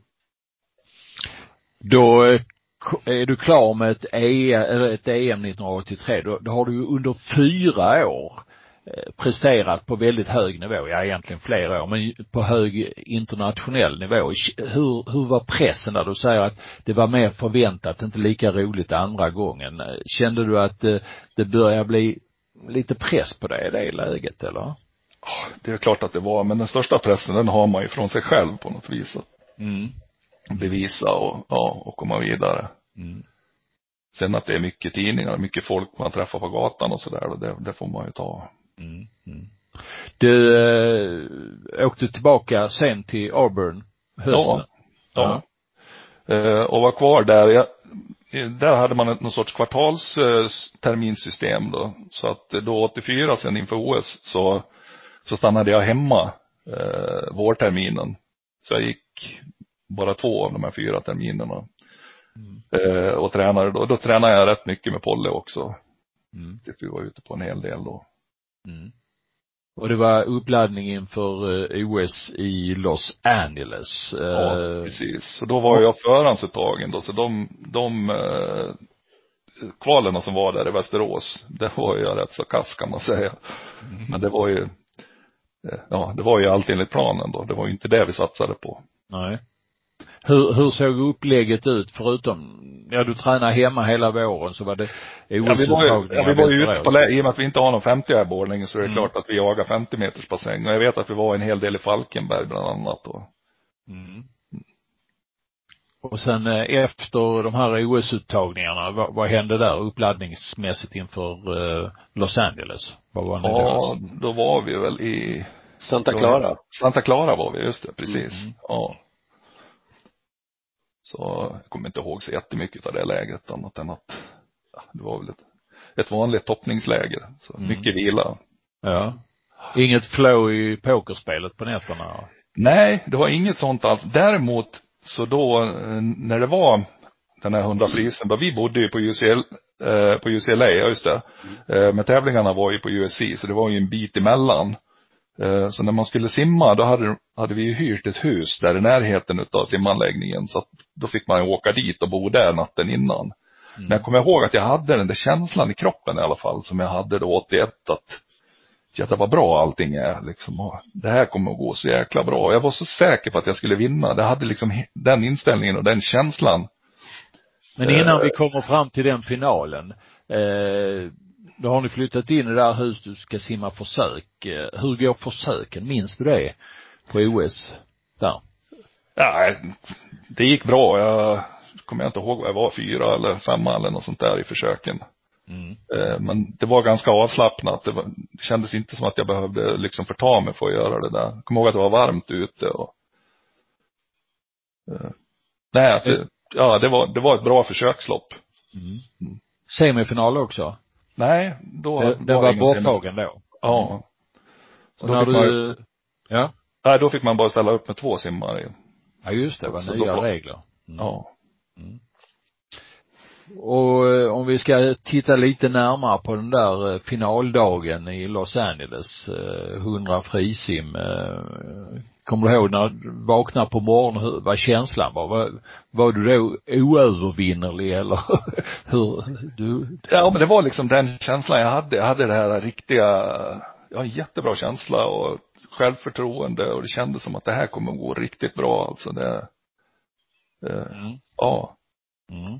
Då är du klar med ett, e, eller ett E M nittonhundraåttiotre. Då, då har du ju under fyra år presterat på väldigt hög nivå. Ja, egentligen flera år, men på hög internationell nivå. Hur, hur var pressen där? Du säger att det var mer förväntat, inte lika roligt andra gången. Kände du att det började bli lite press på det i det läget, eller? Det är klart att det var, men den största pressen den har man ju från sig själv på något vis. Mm. Bevisa och, ja, och komma vidare. Mm. Sen att det är mycket tidningar, mycket folk man träffar på gatan och sådär, det, det får man ju ta. Mm. Mm. Du äh, åkte tillbaka sen till Auburn hösten. Ja, ja. Äh, och var kvar där. Jag, där hade man ett någon sorts kvartalsterminsystem då. Så att då åttiofyra sen inför O S så, så stannade jag hemma äh, vårterminen. Så jag gick bara två av de här fyra terminerna. Mm. Eh, och tränade då. Då tränade jag rätt mycket med Polle också. Mm. Tills vi var ute på en hel del då. Mm. Och det var uppladdning inför eh, O S i Los Angeles. Eh, ja, precis. Så då var jag förhandsuttagen då. Så de, de eh, kvalen som var där i Västerås, det var ju rätt så kass kan man säga. Mm. Men det var ju, ja, det var ju allt enligt planen då. Det var ju inte det vi satsade på. Nej. Hur, hur såg upplägget ut förutom, ja du tränade hemma hela våren så var det ja, vi var ju, ja, vi var ju ute på lä- i och med att vi inte har någon femtio här i Borlänge så är det mm. klart att vi jagar femtio meters bassäng. Och jag vet att vi var en hel del i Falkenberg bland annat. Och... Mm. Och sen efter de här O S-uttagningarna, vad, vad hände där uppladdningsmässigt inför uh, Los Angeles? Vad var ni ja, där? Då var vi väl i Santa Clara. Santa Clara var vi, just det, precis. Mm. Ja. Så jag kommer inte ihåg så jättemycket av det läget annat än att ja, det var väl ett, ett vanligt toppningsläger. Så mm. mycket vila. Ja. Inget flow i pokerspelet på nätterna? Nej, det var inget sånt alls. Däremot så då när det var den här hundra prisen, då vi bodde ju på U C L, eh, på U C L A, just det. Eh, men tävlingarna var ju på U S C så det var ju en bit emellan. Eh, så när man skulle simma då hade, hade vi ju hyrt ett hus där i närheten utav simanläggningen så att då fick man ju åka dit och bo där natten innan. Mm. Men jag kommer ihåg att jag hade den där känslan i kroppen i alla fall som jag hade då åttioett att det var bra allting är liksom, och det här kommer att gå så jäkla bra. Jag var så säker på att jag skulle vinna. Det hade liksom den inställningen och den känslan. Men innan eh, vi kommer fram till den finalen, eh, då har ni flyttat in i det där hus du ska simma försök. Eh, hur går försöken? Minns du det på O S där? Ja, det gick bra. Jag kommer inte ihåg vad jag var, fyra eller femma eller något sånt där i försöken. Mm. Men det var ganska avslappnat. Det, var, det kändes inte som att jag behövde liksom förta mig för att göra det där. Jag kommer ihåg att det var varmt ute och uh, nej, att det, ja, det var det var ett bra försökslopp. Mm. Mm. Semifinal också? Nej, då det, det var, var borttagen då. Ja. Så då när du man, ja. Nej, då fick man bara ställa upp med två simmare. Ja, just det, var så nya då, regler. Mm. Ja. Mm. Och om vi ska titta lite närmare på den där finaldagen i Los Angeles, hundra frisim. Kommer du ihåg när du vaknade på morgonen, hur, vad känslan var? Var, var du då oövervinnerlig eller hur du? Ja, men det var liksom den känslan jag hade. Jag hade det här riktiga, ja, jättebra känsla och självförtroende och det kändes som att det här kommer att gå riktigt bra. Alltså det, det mm. ja. Mm.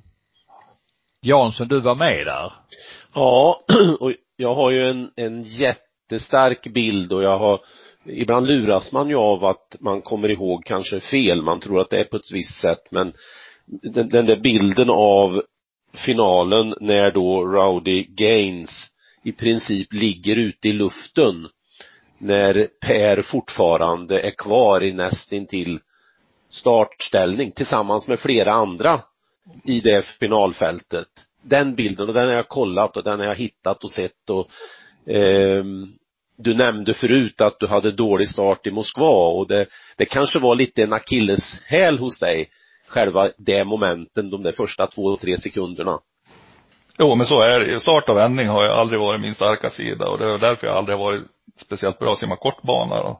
Jansson, du var med där. Ja, och jag har ju en, en jättestark bild och jag har, ibland luras man ju av att man kommer ihåg kanske fel, man tror att det är på ett visst sätt, men den, den där bilden av finalen när då Rowdy Gaines i princip ligger ute i luften när Per fortfarande är kvar i nästintill startställning tillsammans med flera andra i det finalfältet. Den bilden, och den har jag kollat och den har jag hittat och sett och eh, du nämnde förut att du hade dålig start i Moskva och det, det kanske var lite en akilleshäl hos dig själva det momenten, de där första två, tre sekunderna. Jo, men så är det. Start och vändning har ju aldrig varit min starka sida och det är därför jag aldrig har varit speciellt bra att simma kortbana då.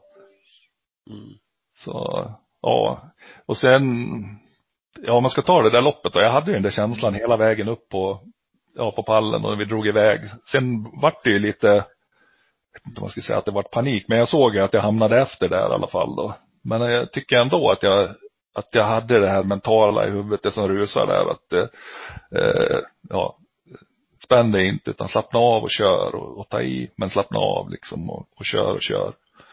Mm. Så, ja. Och sen ja, man ska ta det där loppet då. Jag hade ju den där känslan hela vägen upp på, ja, på pallen och vi drog iväg. Sen vart det ju lite, jag vet inte om man ska säga att det vart panik, men jag såg ju att jag hamnade efter där i alla fall då. Men jag tycker ändå att jag, att jag hade det här mentala i huvudet, det som rusar där, att eh, ja, spänn dig inte utan slappna av och kör och, och ta i, men slappna av liksom och, och kör och kör.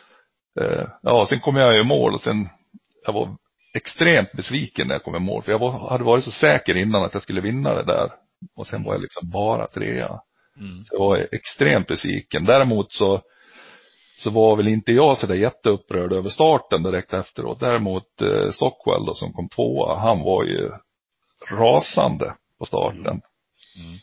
Eh, ja, sen kom jag ju i mål och sen, jag var extremt besviken när jag kom i mål. För jag var, hade varit så säker innan att jag skulle vinna det där. Och sen var jag liksom bara trea. Mm. Så jag var extremt besviken. Däremot så, så var väl inte jag så där jätteupprörd över starten direkt efteråt. Däremot eh, Stockwell då, som kom tvåa, han var ju rasande på starten. Mm. Mm.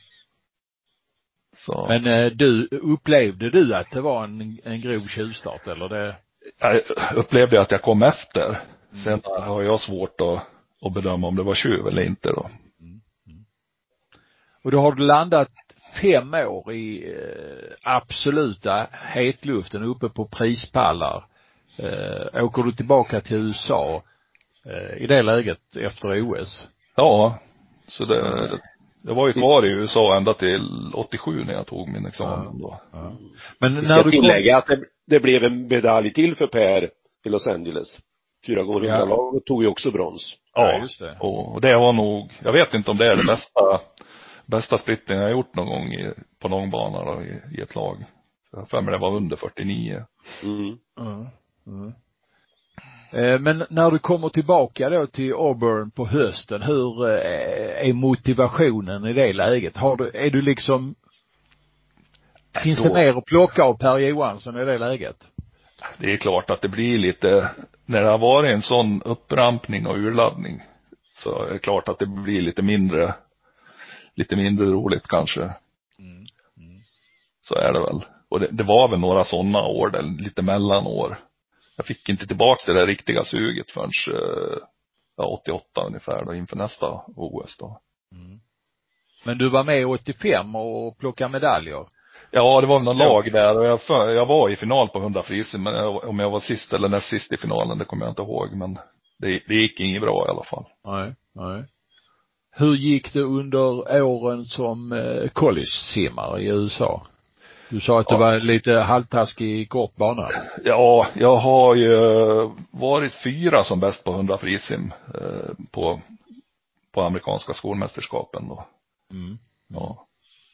Så. Men eh, du, upplevde du att det var en, en grov tjuvstart eller det? Jag upplevde att jag kom efter. Mm. Sen har jag svårt att, att bedöma om det var tjuv eller inte då. Mm. Mm. Och då har du landat fem år i eh, absoluta hetluften uppe på prispallar. Eh, åker du tillbaka till U S A? eh, i det läget efter O S. Ja, så det, Jag var ju kvar i U S A ända till åttiosju när jag tog min examen då. Ja. Men Vi när ska du tillägga kom... att det, det blev en medalj till för Per i Los Angeles. Fyra gånger Ja. hundra-laget tog ju också brons. Ja, just det. Och, och det var nog, jag vet inte om det är det bästa, bästa splitten jag har gjort någon gång i, på långbana då, i, i ett lag. För mig det var under fyrtionio. Mm. Mm. Mm. Eh, Men när du kommer tillbaka då till Auburn på hösten, hur eh, är motivationen i det läget? Har du, är du liksom, finns då, det mer att plocka av Per Johansson i det läget? Det är klart att det blir lite, när det har varit en sån upprampning och urladdning, så är det klart att det blir lite mindre, lite mindre roligt kanske. Mm. Mm. Så är det väl. Och det, det var väl några sådana år, där, lite mellanår. Jag fick inte tillbaka det där riktiga suget förrän ja, åttioåtta ungefär då, inför nästa O S då. Mm. Men du var med åttiofem och plockade medaljer? Ja, det var någon Så. lag där och jag, för, jag var i final på hundra frisim, men jag, om jag var sist eller näst sist i finalen, det kommer jag inte ihåg, men det, det gick inget bra i alla fall. Nej, nej. Hur gick det under åren som eh, college-simmare i U S A? Du sa att ja. du var lite halvtaskig i kort bana. Ja, jag har ju varit fyra som bäst på hundra frisim eh, på, på amerikanska skolmästerskapen då. Mm. Ja.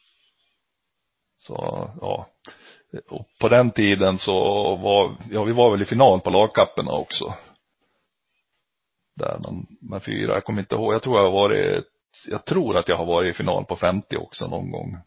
Så, ja. Och på den tiden så var, ja vi var väl i final på lagkapperna också. Där man, med fyra, jag kommer inte ihåg, jag tror jag har varit, jag tror att jag har varit i final på femtio också någon gång.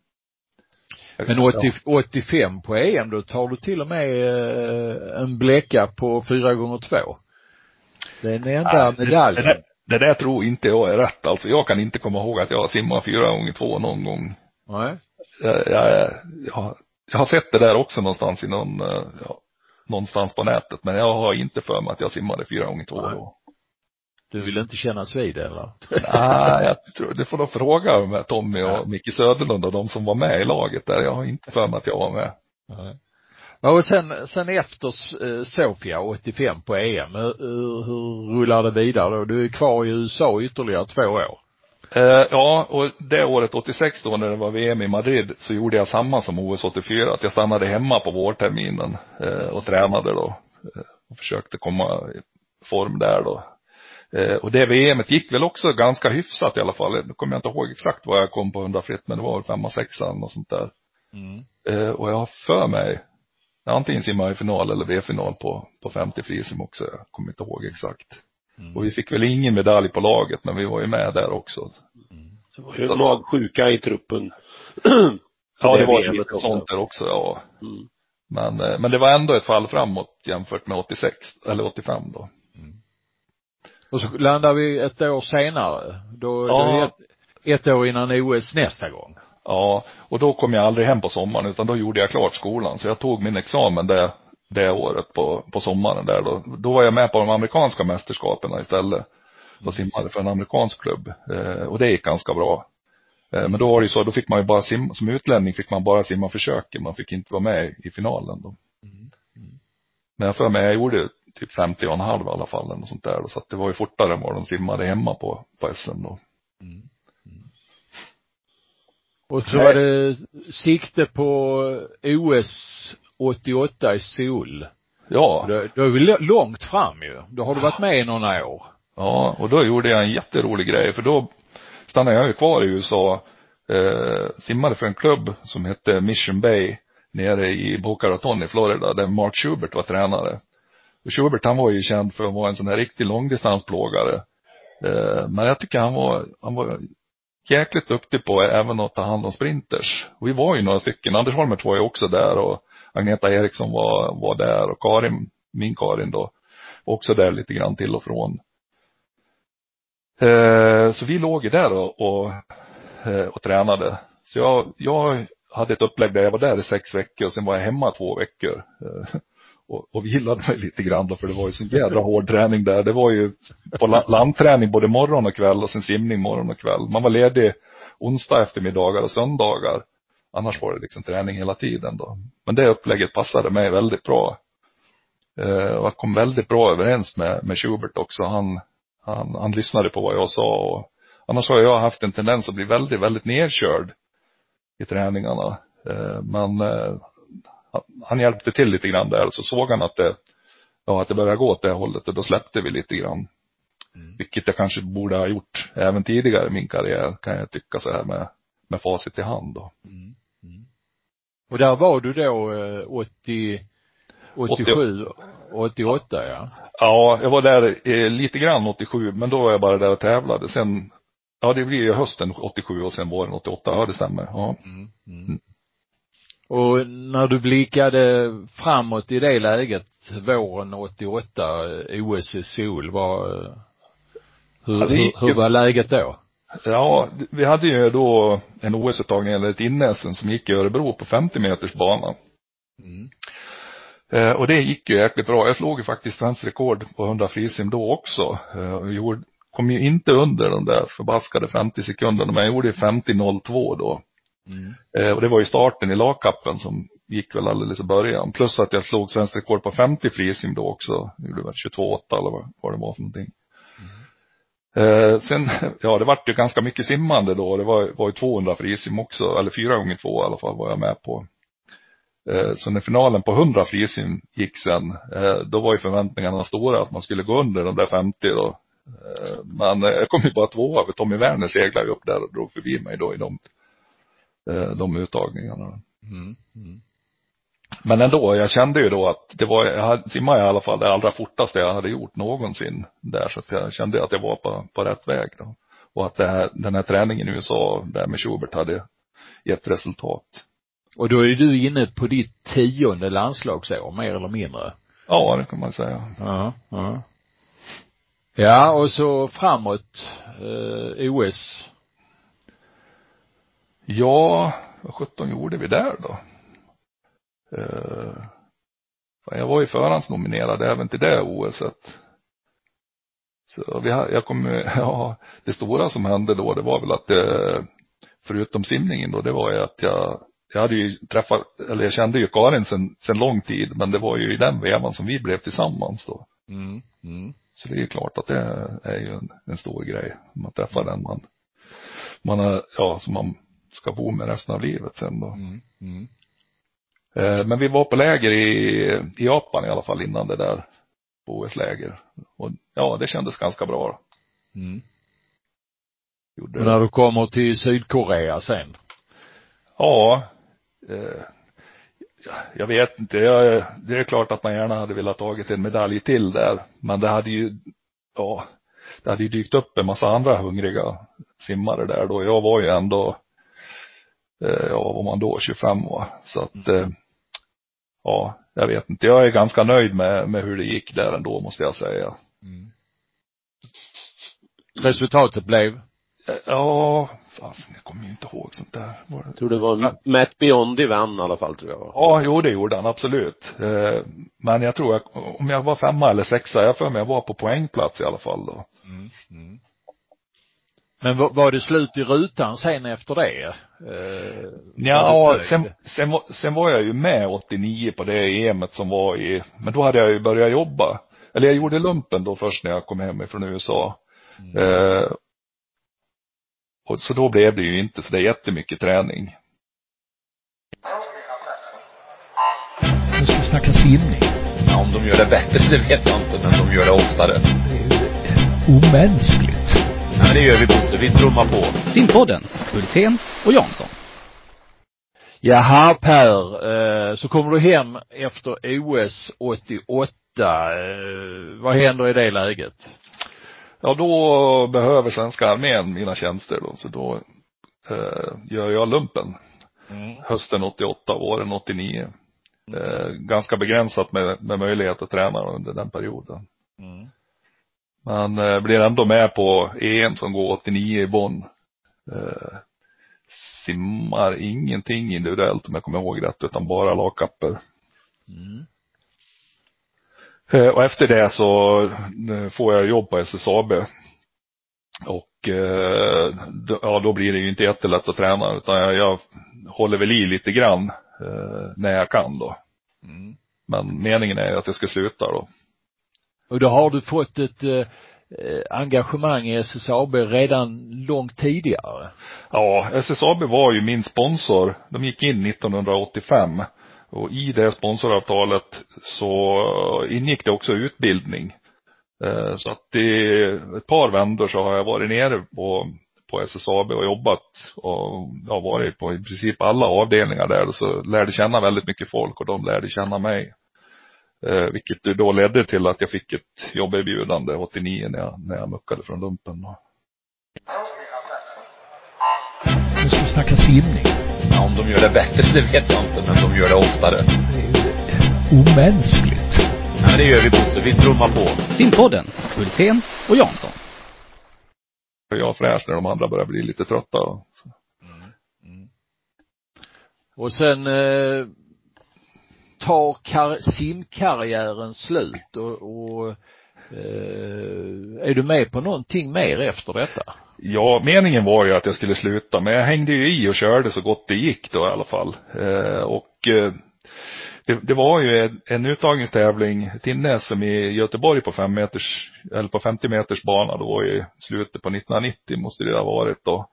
Men åttio, åttiofem på E M, då tar du till och med eh, en bläcka på fyra gånger två. Det är den enda Nej, medaljen. Det, det, det där tror inte jag är rätt. Alltså jag kan inte komma ihåg att jag har simmat fyra gånger två någon gång. Nej. Jag, jag, jag, jag har sett det där också någonstans i någon, ja, någonstans på nätet. Men jag har inte för mig att jag simmade fyra gånger två då. Du vill inte kännas vid det, eller? Nej, jag tror, det får då fråga med Tommy och ja. Micke Söderlund och de som var med i laget där. Jag har inte för mig att jag var med. Nej. Ja, och sen, sen efter eh, Sofia åttiofem på E M, hur, hur rullar det vidare då? Du är kvar i U S A ytterligare två år. Eh, ja, och det året åttiosex då när det var V M i Madrid så gjorde jag samma som O S åttiofyra. Att jag stannade hemma på vårterminen eh, och tränade då. Eh, och försökte komma i form där då. Eh, och det V M:et gick väl också ganska hyfsat i alla fall. Nu kommer jag inte ihåg exakt vad jag kom på hundra fritt, men det var väl femma, sexan och sånt där. Mm. Eh, och jag har för mig, antingen simmade jag i final eller V-final på, på femtio frisim också. Jag kommer inte ihåg exakt. Mm. Och vi fick väl ingen medalj på laget, men vi var ju med där också. Mm. Det var ju magsjuka i truppen. Ja, det var lite sånt där också, ja. Mm. Men, men det var ändå ett fall framåt jämfört med åttiosex eller åttiofem då. Mm. Och så landar vi ett år senare. Då, ja. då är ett, ett år innan O S nästa gång. Ja, och då kom jag aldrig hem på sommaren, utan då gjorde jag klart skolan. Så jag tog min examen det, det året på, på sommaren där. Då, då var jag med på de amerikanska mästerskapen istället. Då simmade för en amerikansk klubb. Eh, och det gick ganska bra. Eh, men då var det ju så, då fick man ju bara simma, som utlänning fick man bara simma försöken. Man fick inte vara med i finalen då. Mm. Mm. Men jag för mig, jag gjorde typ femtio och en halv i alla fall och sånt där. Så att det var ju fortare än vad de simmade hemma på, på S M då. Mm. Mm. Och så var det sikte på O S åttioåtta i Seoul. Ja. Då, då är vi långt fram ju. Då har du varit med i några år. Ja, och då gjorde jag en jätterolig grej. För då stannade jag ju kvar i U S A. Eh, simmade för en klubb som hette Mission Bay nere i Boca Raton i Florida, där Mark Schubert var tränare. Och Schubert, han var ju känd för att vara en sån här riktig långdistansplågare. Eh, men jag tycker han var, han var jäkligt duktig på även att ta hand om sprinters. Och vi var ju några stycken. Anders Holmert var ju också där och Agneta Eriksson var, var där och Karin, min Karin då, också där lite grann till och från. Eh, så vi låg ju där och, och, och tränade. Så jag, jag hade ett upplägg där jag var där i sex veckor och sen var jag hemma två veckor. Eh, och, och vilade mig lite grann då, för det var ju så jädra hård träning där. Det var ju på landträning både morgon och kväll och sen simning morgon och kväll. Man var ledig onsdag eftermiddagar och söndagar. Annars var det liksom träning hela tiden då. Men det upplägget passade mig väldigt bra. Eh, och jag kom väldigt bra överens med, med Schubert också. Han, han, han lyssnade på vad jag sa och Annars har jag haft en tendens att bli väldigt, väldigt nedkörd i träningarna. Eh, men eh, han hjälpte till lite grann där. Så såg han att det, ja, att det började gå åt det hållet, och då släppte vi lite grann. Mm. Vilket jag kanske borde ha gjort även tidigare i min karriär, kan jag tycka så här med, med facit i hand då. Mm. Mm. Och där var du då eh, åttio, åttiosju, åttioåtta, ja? Ja, jag var där eh, lite grann åttiosju, men då var jag bara där och tävlade. Sen, ja, det blir ju hösten åttiosju och sen våren åttioåtta, ja det stämmer. Ja. Mm. Mm. Mm. Och när du blickade framåt i det läget, våren åttioåtta, O S i Seoul, var, hur, ja, hur, hur var läget då? Ja, vi hade ju då en O S-uttagning, eller ett innesen, som gick i Örebro på femtio meters bana. Mm. Eh, och det gick ju jäkligt bra. Jag slog ju faktiskt svensk rekord på hundra frisim då också. Eh, och gjorde, kom ju inte under de där förbaskade femtio sekunderna, men jag gjorde femtio noll två då. Mm. Eh, och det var ju starten i lagkappen som gick väl alldeles i början. Plus att jag slog svensk rekord på femtio frisim då också. Det gjorde väl tjugotvå åtta eller vad, vad det var för någonting. Eh, sen, ja, det var ju ganska mycket simmande då. Det var, var ju tvåhundra frisim också, eller fyra gånger två i alla fall var jag med på. Eh, så när finalen på hundra frisim gick sen, eh, då var ju förväntningarna stora att man skulle gå under de där femtio då. Eh, men eh, jag kom ju bara tvåa, för Tommy Werner seglade upp där och drog förbi mig då i de, eh, de uttagningarna. Mm. Mm. Men ändå, jag kände ju då att det var, jag hade, simmade i alla fall det allra fortaste jag hade gjort någonsin där, så att jag kände att jag var på, på rätt väg då. Och att det här, den här träningen i U S A där med Schubert hade gett resultat. Och då är du inne på ditt tionde landslagsår, mer eller mindre? Ja, det kan man säga. Ja, ja. Ja, och så framåt, eh, O S. Ja, vad sjutton gjorde vi där då? Uh, jag var ju förhandsnominerad även till det O S-et. Så vi, jag kom, ja, det stora som hände då, det var väl att det, förutom simningen då, det var ju att jag, jag hade ju träffat, eller jag kände ju Karin sen, sen lång tid, men det var ju i den vevan som vi blev tillsammans då. Mm. Mm. Så det är ju klart att det är ju en, en stor grej. Man träffar mm. den man, man har, ja, som man ska bo med resten av livet sen då. Mm. Mm. Men vi var på läger i, i Japan i alla fall innan det där O S-läger. Och ja, det kändes ganska bra. Mm. Gjorde när du kommer till Sydkorea sen? Ja, eh, jag vet inte. Jag, det är klart att man gärna hade velat tagit en medalj till där. Men det hade ju, ja, det hade ju dykt upp en massa andra hungriga simmare där då. Jag var ju ändå, eh, ja, var man då tjugofem år. Så att, eh, ja, jag vet inte. Jag är ganska nöjd med, med hur det gick där ändå, måste jag säga. Mm. Resultatet blev? Ja, fast jag kommer ju inte ihåg sånt där. Jag tror det var Matt Biondi vann i alla fall, tror jag. Ja, jo, det gjorde han, absolut. Men jag tror, jag, om jag var femma eller sexa, jag för mig jag var på poängplats i alla fall då. Mm. Mm. Men var, var det slut i rutan sen efter det? Eh, ja, sen, sen, sen var jag ju med åttionio på det E M:et som var i, men då hade jag ju börjat jobba. Eller jag gjorde lumpen då först när jag kom hem från U S A. Mm. Eh, och så då blev det ju inte så det jättemycket träning. Nu ska vi snacka simning. Ja, om de gör det bättre, det vet jag inte, men de gör det oftare. Det är ju omänskligt. Ja, men det gör vi, Bosse. Vi trummar på. Simpodden, Hultén och Jansson. Jaha, Per. Eh, så kommer du hem efter O S åttioåtta. Eh, vad händer i det läget? Ja, då behöver svenska armén mina tjänster då. Så då eh, gör jag lumpen. Mm. Hösten åttioåtta, våren åttionio. Mm. Eh, ganska begränsat med, med möjlighet att träna under den perioden. Mm. Man eh, blir ändå med på E M som går åttionio i Bonn. Eh, simmar ingenting individuellt om jag kommer ihåg rätt, utan bara lagkapper. Mm. Eh, och efter det så eh, får jag jobb på S S A B. Och eh, då, ja, då blir det ju inte jättelätt att träna, utan jag, jag håller väl i lite grann eh, när jag kan då. Mm. Men meningen är att jag ska sluta då. Och då har du fått ett, eh, engagemang i S S A B redan långt tidigare. Ja, S S A B var ju min sponsor. De gick in nittonhundraåttiofem. Och i det sponsoravtalet så ingick det också utbildning. Så att i ett par vändor så har jag varit nere på, på S S A B och jobbat. Och jag har varit på i princip alla avdelningar där. Så lärde känna väldigt mycket folk och de lärde känna mig. Vilket då ledde till att jag fick ett jobberbjudande åttionio när jag, när jag muckade från lumpen. Nu ska vi snacka simning. Ja, om de gör det bättre, det vet jag inte, men de gör det oftare. Det är ju omänskligt. Ja, men det gör vi, Bosse. Vi trummar på. Simpodden, Hultén och Jansson. Jag är fräsch när de andra börjar bli lite trötta. Mm. Mm. Och sen eh, tar kar- simkarriären slut och, och eh, är du med på någonting mer efter detta? Ja, meningen var ju att jag skulle sluta, men jag hängde ju i och körde så gott det gick då i alla fall. Eh, och eh, det, det var ju en, en uttagningstävling till S M i Göteborg på fem meters, eller på femtio meters bana då i slutet på nittonhundranittio måste det ha varit då.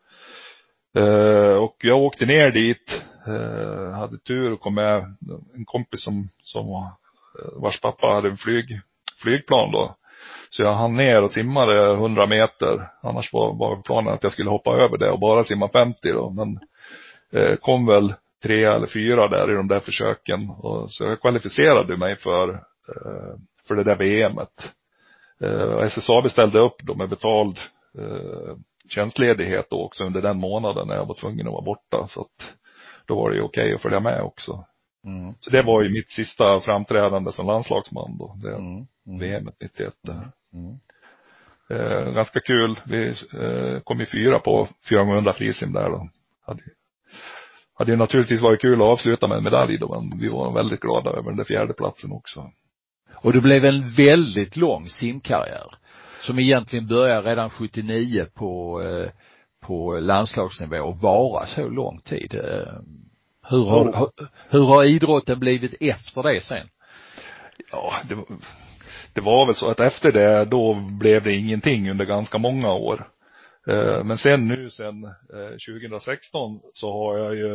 Eh, och jag åkte ner dit, eh, hade tur och kom med en kompis som, som vars pappa hade en flyg, flygplan då. Så jag hann ner och simmade hundra meter. Annars var, var planen att jag skulle hoppa över det och bara simma femtio då. Men eh, kom väl tre eller fyra där i de där försöken. Och så jag kvalificerade mig för, eh, för det där V M:et. Eh, S S A beställde upp då med betald eh, tjänstledighet då också under den månaden när jag var tvungen att vara borta. Så att då var det ju okej att följa med också. Mm. Så det var ju mitt sista framträdande som landslagsman då. Det Mm. Mm. V M:et nittioett där. Mm. Eh, ganska kul. Vi eh, kom i fyra på fyra gånger hundra frisim där då. Hade, hade ju naturligtvis varit kul att avsluta med en medalj då, men vi var väldigt glada över den där fjärde platsen också. Och det blev en väldigt lång simkarriär som egentligen började redan sjuttionio på, eh, på landslagsnivå och vara så lång tid. Eh, hur, har, oh. hur, hur har idrotten blivit efter det sen? Ja, det var, det var väl så att efter det då blev det ingenting under ganska många år. Eh, men sen nu sen eh, tjugohundrasexton så har jag ju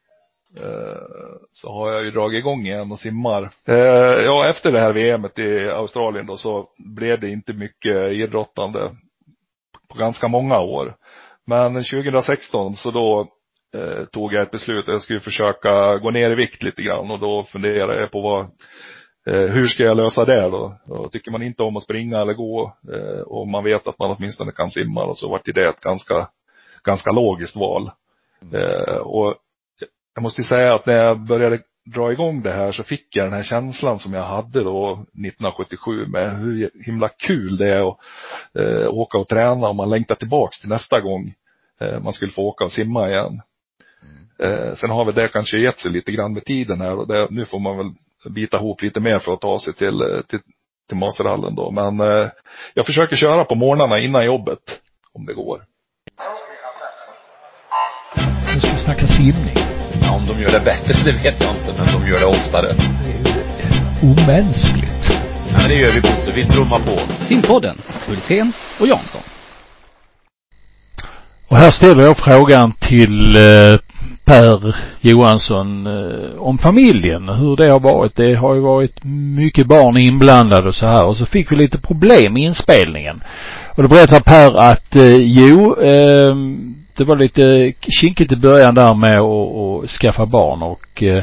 eh, så har jag ju dragit igång igen och simmar. Eh, ja, efter det här V M:et i Australien då så blev det inte mycket idrottande på ganska många år. Men tjugohundrasexton så då eh, tog jag ett beslut att jag skulle försöka gå ner i vikt lite grann och då funderade jag på vad hur ska jag lösa det då? Och tycker man inte om att springa eller gå eh, och man vet att man åtminstone kan simma och så var det ett ganska, ganska logiskt val. Eh, och jag måste säga att när jag började dra igång det här så fick jag den här känslan som jag hade då nittonhundrasjuttiosju med hur himla kul det är att eh, åka och träna och man längtar tillbaks till nästa gång eh, man skulle få åka och simma igen. Eh, sen har väl det kanske gett sig lite grann med tiden här och det, nu får man väl bita ihop lite mer för att ta sig till, till, till Maserhallen då. Men eh, jag försöker köra på morgnarna innan jobbet om det går. Nu ska vi snacka simning. Ja, om de gör det bättre, det vet jag inte, men de gör det oftare. Det är ju omänskligt. Ja, men det gör vi, Bosse. Vi trummar på. Simpodden, Hultén och Jansson. Och här ställer jag frågan till eh, Per Johansson eh, om familjen, hur det har varit. Det har ju varit mycket barn inblandade och så här. Och så fick vi lite problem i inspelningen. Och då berättar Per att eh, jo, eh, det var lite kinkigt i början där med att, att skaffa barn. Och eh,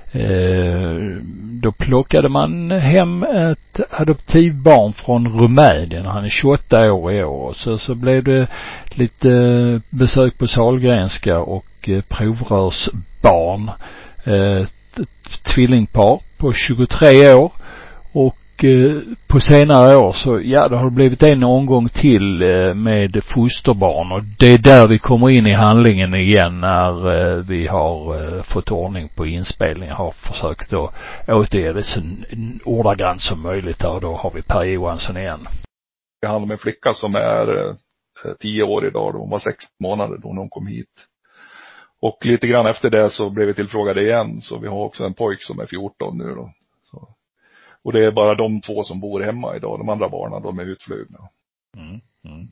då plockade man hem ett adoptivbarn från Rumänien. Han är tjugoåtta år i år. Så, så blev det lite besök på Sahlgrenska och provrörsbarn. Ett tvillingpar på tjugotre år. Och på senare år så ja, det har blivit en omgång till med fosterbarn och det är där vi kommer in i handlingen igen när vi har fått ordning på inspelningen, har försökt att återge det så ordagrant som möjligt och då har vi Per Johansson igen. Jag handlar med en flicka som är tio år idag då, hon var sex månader då hon kom hit. Och lite grann efter det så blev vi tillfrågade igen så vi har också en pojk som är fjorton nu då. Så. Och det är bara de två som bor hemma idag. De andra barnen, de är utflugna. Mm. Mm.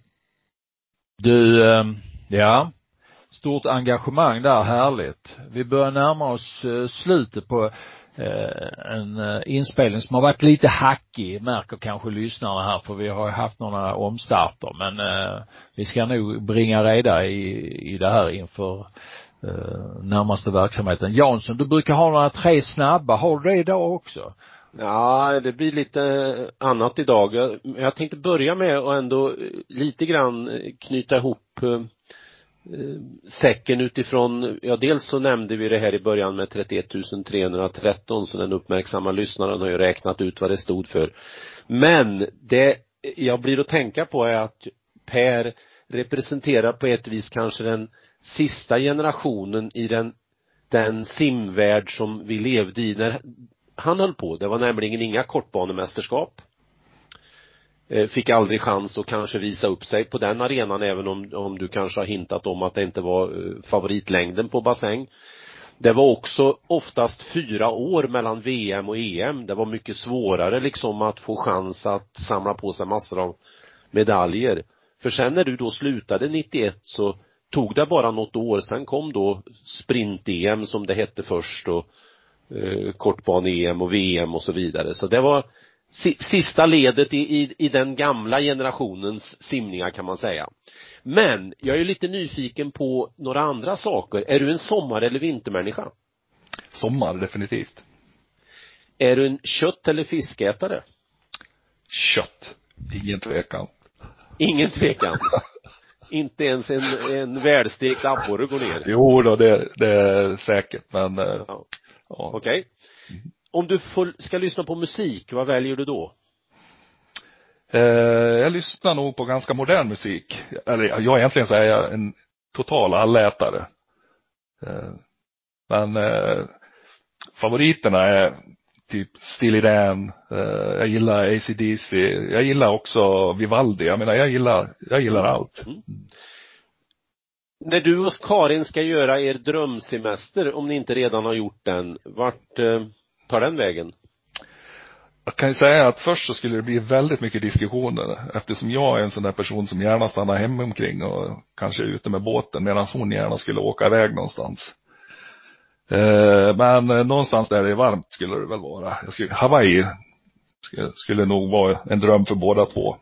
Du, eh, ja, stort engagemang där, härligt. Vi börjar närma oss eh, slutet på eh, en eh, inspelning som har varit lite hackig, märker kanske lyssnarna här, för vi har haft några omstarter, men eh, vi ska nog bringa reda i, i det här inför eh, närmaste verksamheten. Jansson, du brukar ha några tre snabba, har du det idag också? Ja, det blir lite annat idag. Jag, jag tänkte börja med att ändå lite grann knyta ihop eh, säcken utifrån, ja, dels så nämnde vi det här i början med trettioett tusen trehundratretton, så den uppmärksamma lyssnaren har ju räknat ut vad det stod för. Men det jag blir att tänka på är att Per representerar på ett vis kanske den sista generationen i den, den simvärld som vi levde i när han höll på. Det var nämligen inga kortbanemästerskap. Fick aldrig chans att kanske visa upp sig på den arenan, även om, om du kanske har hintat om att det inte var favoritlängden på bassäng. Det var också oftast fyra år mellan V M och E M. Det var mycket svårare liksom att få chans att samla på sig massor av medaljer. För sen när du då slutade nittioett så tog det bara något år. Sen kom då sprint-E M som det hette först, och eh, kortbane-E M och V M och så vidare. Så det var sista ledet i, i, i den gamla generationens simningar, kan man säga. Men jag är ju lite nyfiken på några andra saker. Är du en sommar- eller vintermänniska? Sommar, definitivt. Är du en kött- eller fiskätare? Kött. Ingen tvekan. Ingen tvekan. Inte ens en, en välstekt abborre går ner. Jo då, det, det är säkert, men ja. Ja. Ja. Okej. Okay. Om du får, ska lyssna på musik, vad väljer du då? Eh, jag lyssnar nog på ganska modern musik. Eller jag egentligen så är jag en total allätare. Eh, men eh, favoriterna är typ Steely Dan. Eh, jag gillar A C D C. Jag gillar också Vivaldi. Jag menar, jag gillar, jag gillar allt. Mm. När du och Karin ska göra er drömsemester, om ni inte redan har gjort den, vart eh, tar den vägen? Jag kan ju säga att först så skulle det bli väldigt mycket diskussioner, eftersom jag är en sån där person som gärna stannar hemma omkring och kanske är ute med båten, medan hon gärna skulle åka iväg någonstans. Eh, men någonstans där det är varmt skulle det väl vara. Jag skulle, Hawaii skulle, skulle nog vara en dröm för båda två.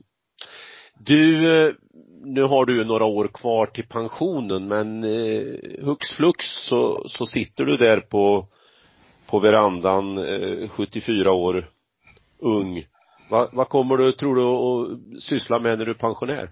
Du, nu har du några år kvar till pensionen, men eh, hux flux så, så sitter du där på på verandan, eh, sjuttiofyra år, ung. Va, vad kommer du, tror du, att syssla med när du är pensionär?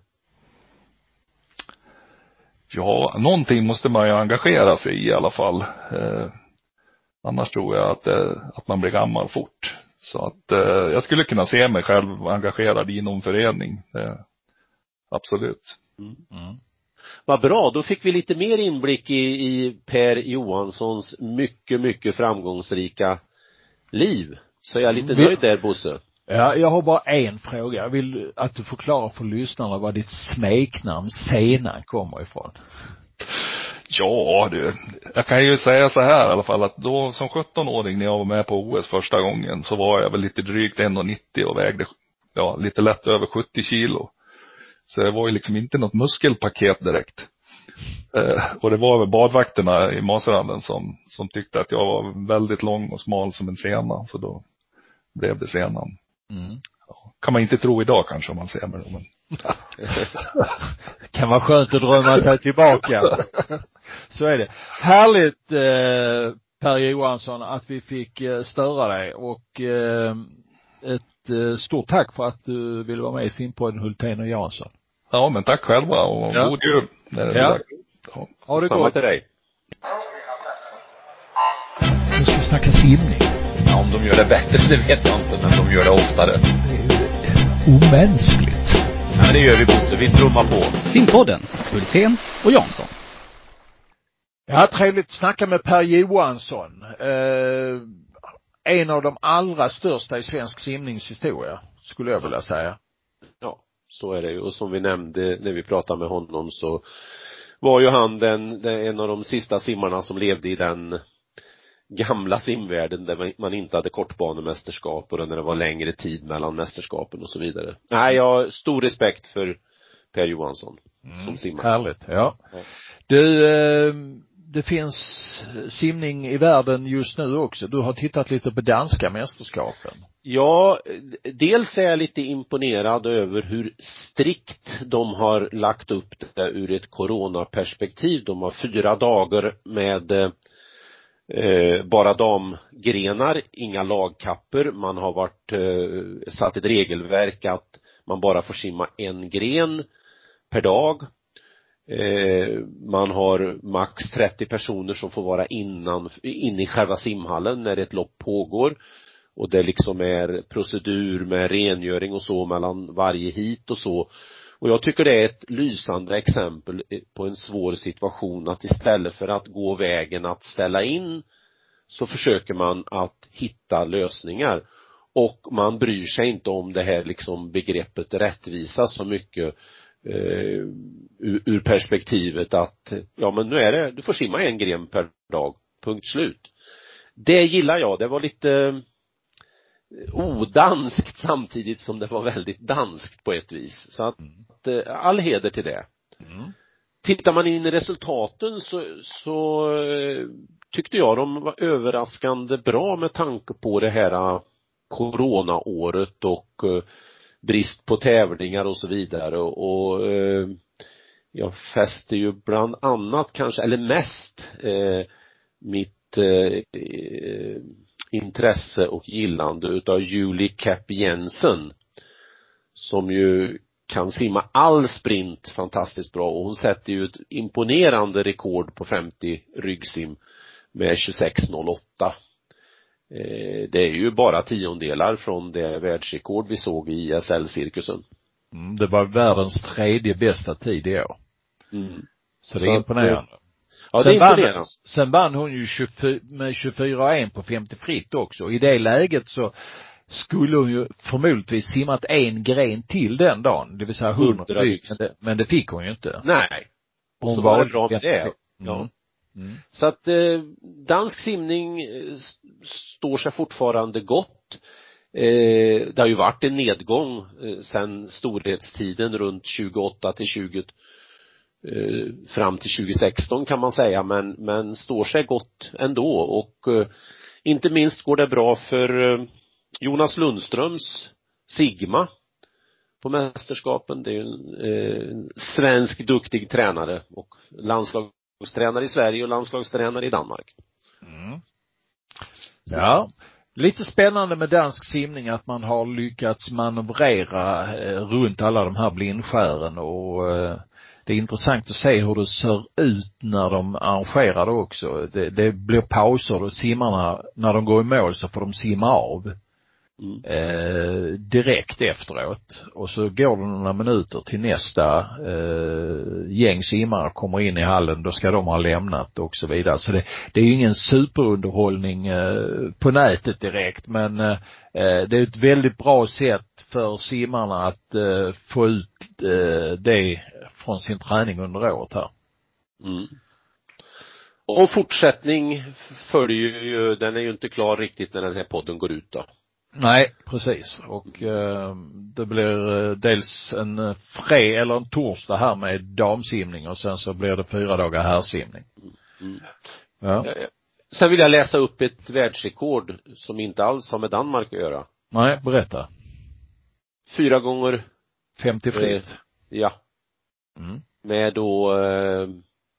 Ja, någonting måste man ju engagera sig i i alla fall. Eh, annars tror jag att, eh, att man blir gammal fort. Så att eh, jag skulle kunna se mig själv engagerad i någon förening. Eh, absolut. Mm. Mm. Vad bra, då fick vi lite mer inblick i, i Per Johanssons mycket, mycket framgångsrika liv. Så jag är lite nöjd där, Bosse. Ja, jag har bara en fråga. Jag vill att du förklarar för lyssnarna var ditt smeknamn Sena kommer ifrån. Ja, du. Jag kan ju säga så här i alla fall, att då som sjuttonåring när jag var med på O S första gången så var jag väl lite drygt en komma nittio och vägde ja, lite lätt över sjuttio kilo. Så det var ju liksom inte något muskelpaket direkt. Eh, och det var väl badvakterna i Masranden som, som tyckte att jag var väldigt lång och smal som en sena. Så då blev det senan. Mm. Ja, kan man inte tro idag kanske om man ser mig. Men... kan vara skönt att drömma sig tillbaka. Så är det. Härligt eh, Per Johansson att vi fick eh, störa dig. Och eh, ett eh, stort tack för att du ville vara med i Simpodden Hultén och Jansson. Ja, men tack själva och ja. God jul. Ja. Ja. Ha det gott till dig. Nu ska vi snacka simning. Ja, om de gör det bättre, det vet jag inte, men de gör det oftare. Det är omänskligt. Ja, men det gör vi, Bosse. Vi trummar på. Simpodden, Hultén och Jansson. Ja, trevligt att snacka med Per Johansson. Eh, en av de allra största i svensk simningshistoria, skulle jag vilja säga. Ja, så är det ju. Och som vi nämnde när vi pratade med honom så var ju han den, den en av de sista simmarna som levde i den gamla simvärlden där man inte hade kortbanemästerskap och när det var längre tid mellan mästerskapen och så vidare. Nej, jag har stor respekt för Per Johansson mm, som simmar. Härligt, ja. ja. Du, eh, det finns simning i världen just nu också. Du har tittat lite på danska mästerskapen. Ja, dels är jag lite imponerad över hur strikt de har lagt upp det ur ett coronaperspektiv. De har fyra dagar med eh, bara damgrenar, inga lagkapper. Man har varit eh, satt ett regelverk att man bara får simma en gren per dag. Eh, man har max trettio personer som får vara innan, inne i själva simhallen när ett lopp pågår. Och det liksom är procedur med rengöring och så mellan varje hit och så. Och jag tycker det är ett lysande exempel på en svår situation, att istället för att gå vägen att ställa in så försöker man att hitta lösningar. Och man bryr sig inte om det här liksom begreppet rättvisa så mycket eh, ur, ur perspektivet att ja men nu är det, du får simma en gren per dag, punkt slut. Det gillar jag, det var lite odanskt samtidigt som det var väldigt danskt på ett vis. Så att mm. all heder till det. Mm. Tittar man in i resultaten så, så tyckte jag de var överraskande bra med tanke på det här coronaåret och brist på tävlingar och så vidare. Och, och jag fäster ju bland annat kanske, eller mest eh, mitt eh, intresse och gillande utav Julie Kapp Jensen, som ju kan simma all sprint fantastiskt bra, och hon sätter ju ett imponerande rekord på femtio ryggsim med tjugosex noll åtta. Eh, det är ju bara tiondelar från det världsrekord vi såg i I S L-cirkusen. Mm, det var världens tredje bästa tid i år. Mm. Så det är Så imponerande. Att, ja, sen, det är imponerande. Vann, sen vann hon ju tjugofyra, med tjugofyra ett på femtio fritt också. I det läget så skulle hon ju förmodligen simmat en gren till den dagen. Det vill säga hundra fritt. Men det, men det fick hon ju inte. Nej. Hon så var det bra med det. Mm. Ja. Mm. Så att eh, dansk simning eh, står sig fortfarande gott. Eh, det har ju varit en nedgång eh, sen storhetstiden runt tjugoåtta till tjugo eh, fram till tjugo sexton kan man säga, men men står sig gott ändå, och eh, inte minst går det bra för eh, Jonas Lundströms Sigma på mästerskapen. Det är ju en eh, svensk duktig tränare och landslagstränare i Sverige och landslagstränare i Danmark. Mm. Ja, lite spännande med dansk simning att man har lyckats manövrera eh, runt alla de här blindskären, och eh, det är intressant att se hur det ser ut när de arrangerar det också. Det, det blir pauser och simmarna, när de går i mål så får de simma av mm. eh, direkt efteråt, och så går det några minuter till nästa eh, gäng simmare kommer in i hallen, då ska de ha lämnat och så vidare. Så det, det är ju ingen superunderhållning eh, på nätet direkt, men eh, det är ett väldigt bra sätt för simmarna att eh, få ut eh, det från sin träning under året här. Mm. Och fortsättning följer ju, den är ju inte klar riktigt när den här podden går ut då. Nej, precis. Och eh, det blir eh, dels en fred eller en torsdag här med damsimning, och sen så blir det fyra dagar härsimning. Mm. Ja. Sen vill jag läsa upp ett världsrekord som inte alls har med Danmark att göra. Nej, berätta. Fyra gånger femtio fritt. Eh, ja. Mm. Med då eh,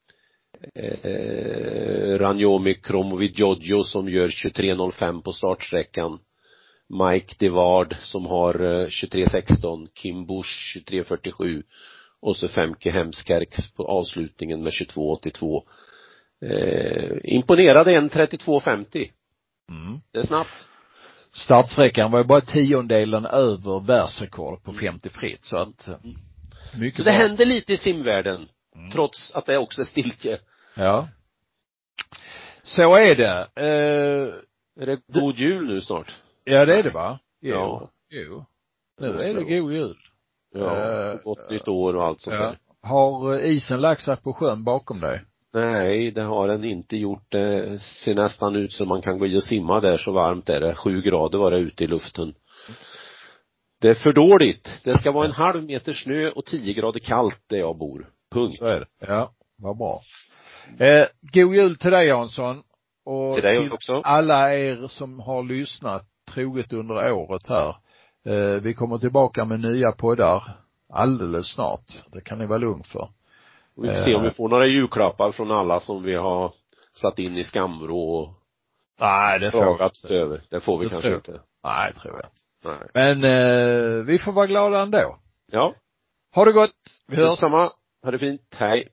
eh, Ranjomi Kromowidjojo som gör tjugotre noll fem på startsträckan. Mike Devard som har tjugotre sexton, Kim Bush tjugotre fyrtiosju och så Femke Hemskerks på avslutningen med tjugotvå åttiotvå. Eh, imponerade en trettiotvå femtio. Mm. Det är snabbt. Startsträckan var ju bara tiondelen över världsrekord på femtio fritt, så att mycket så det bra. händer lite i simvärlden mm. trots att det också är stiltje. Ja. Så är det. Eh, är det god jul nu snart? Ja, det är det, va? Jo. Ja. Jo. Nu är det god jul. Ja, uh, gott nytt år och allt sånt ja. där. Har isen lagt sig på sjön bakom dig? Nej, det har den inte gjort. Det ser nästan ut som man kan gå i och simma där, så varmt är det. Sju grader var det ute i luften. Det är för dåligt. Det ska vara en halv meter snö och tio grader kallt där jag bor. Punkt. Så är det. Ja, vad bra. Eh, god jul till dig, Jansson. Och till dig till också. alla er som har lyssnat troget under året här. Eh, vi kommer tillbaka med nya poddar alldeles snart. Det kan ni vara lugn för. Och vi får se om vi får några julklappar från alla som vi har satt in i skamvrå och nej, det får vi över. Det får vi det kanske tror. inte. Nej, tror jag inte. Nej. Men eh, vi får vara glada ändå. Ja. Ha det gott. Vi hörs. Samma. Ha det fint. Hej.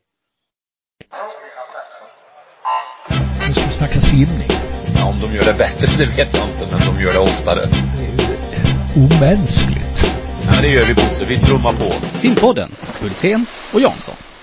Nu ska vi snacka simning. Ja, om de gör det bättre, det vet jag inte, men de gör det oftare. Det är ju omänskligt. Ja, det gör vi, Bosse. Vi trummar på. Simpodden, Hultén och Jansson.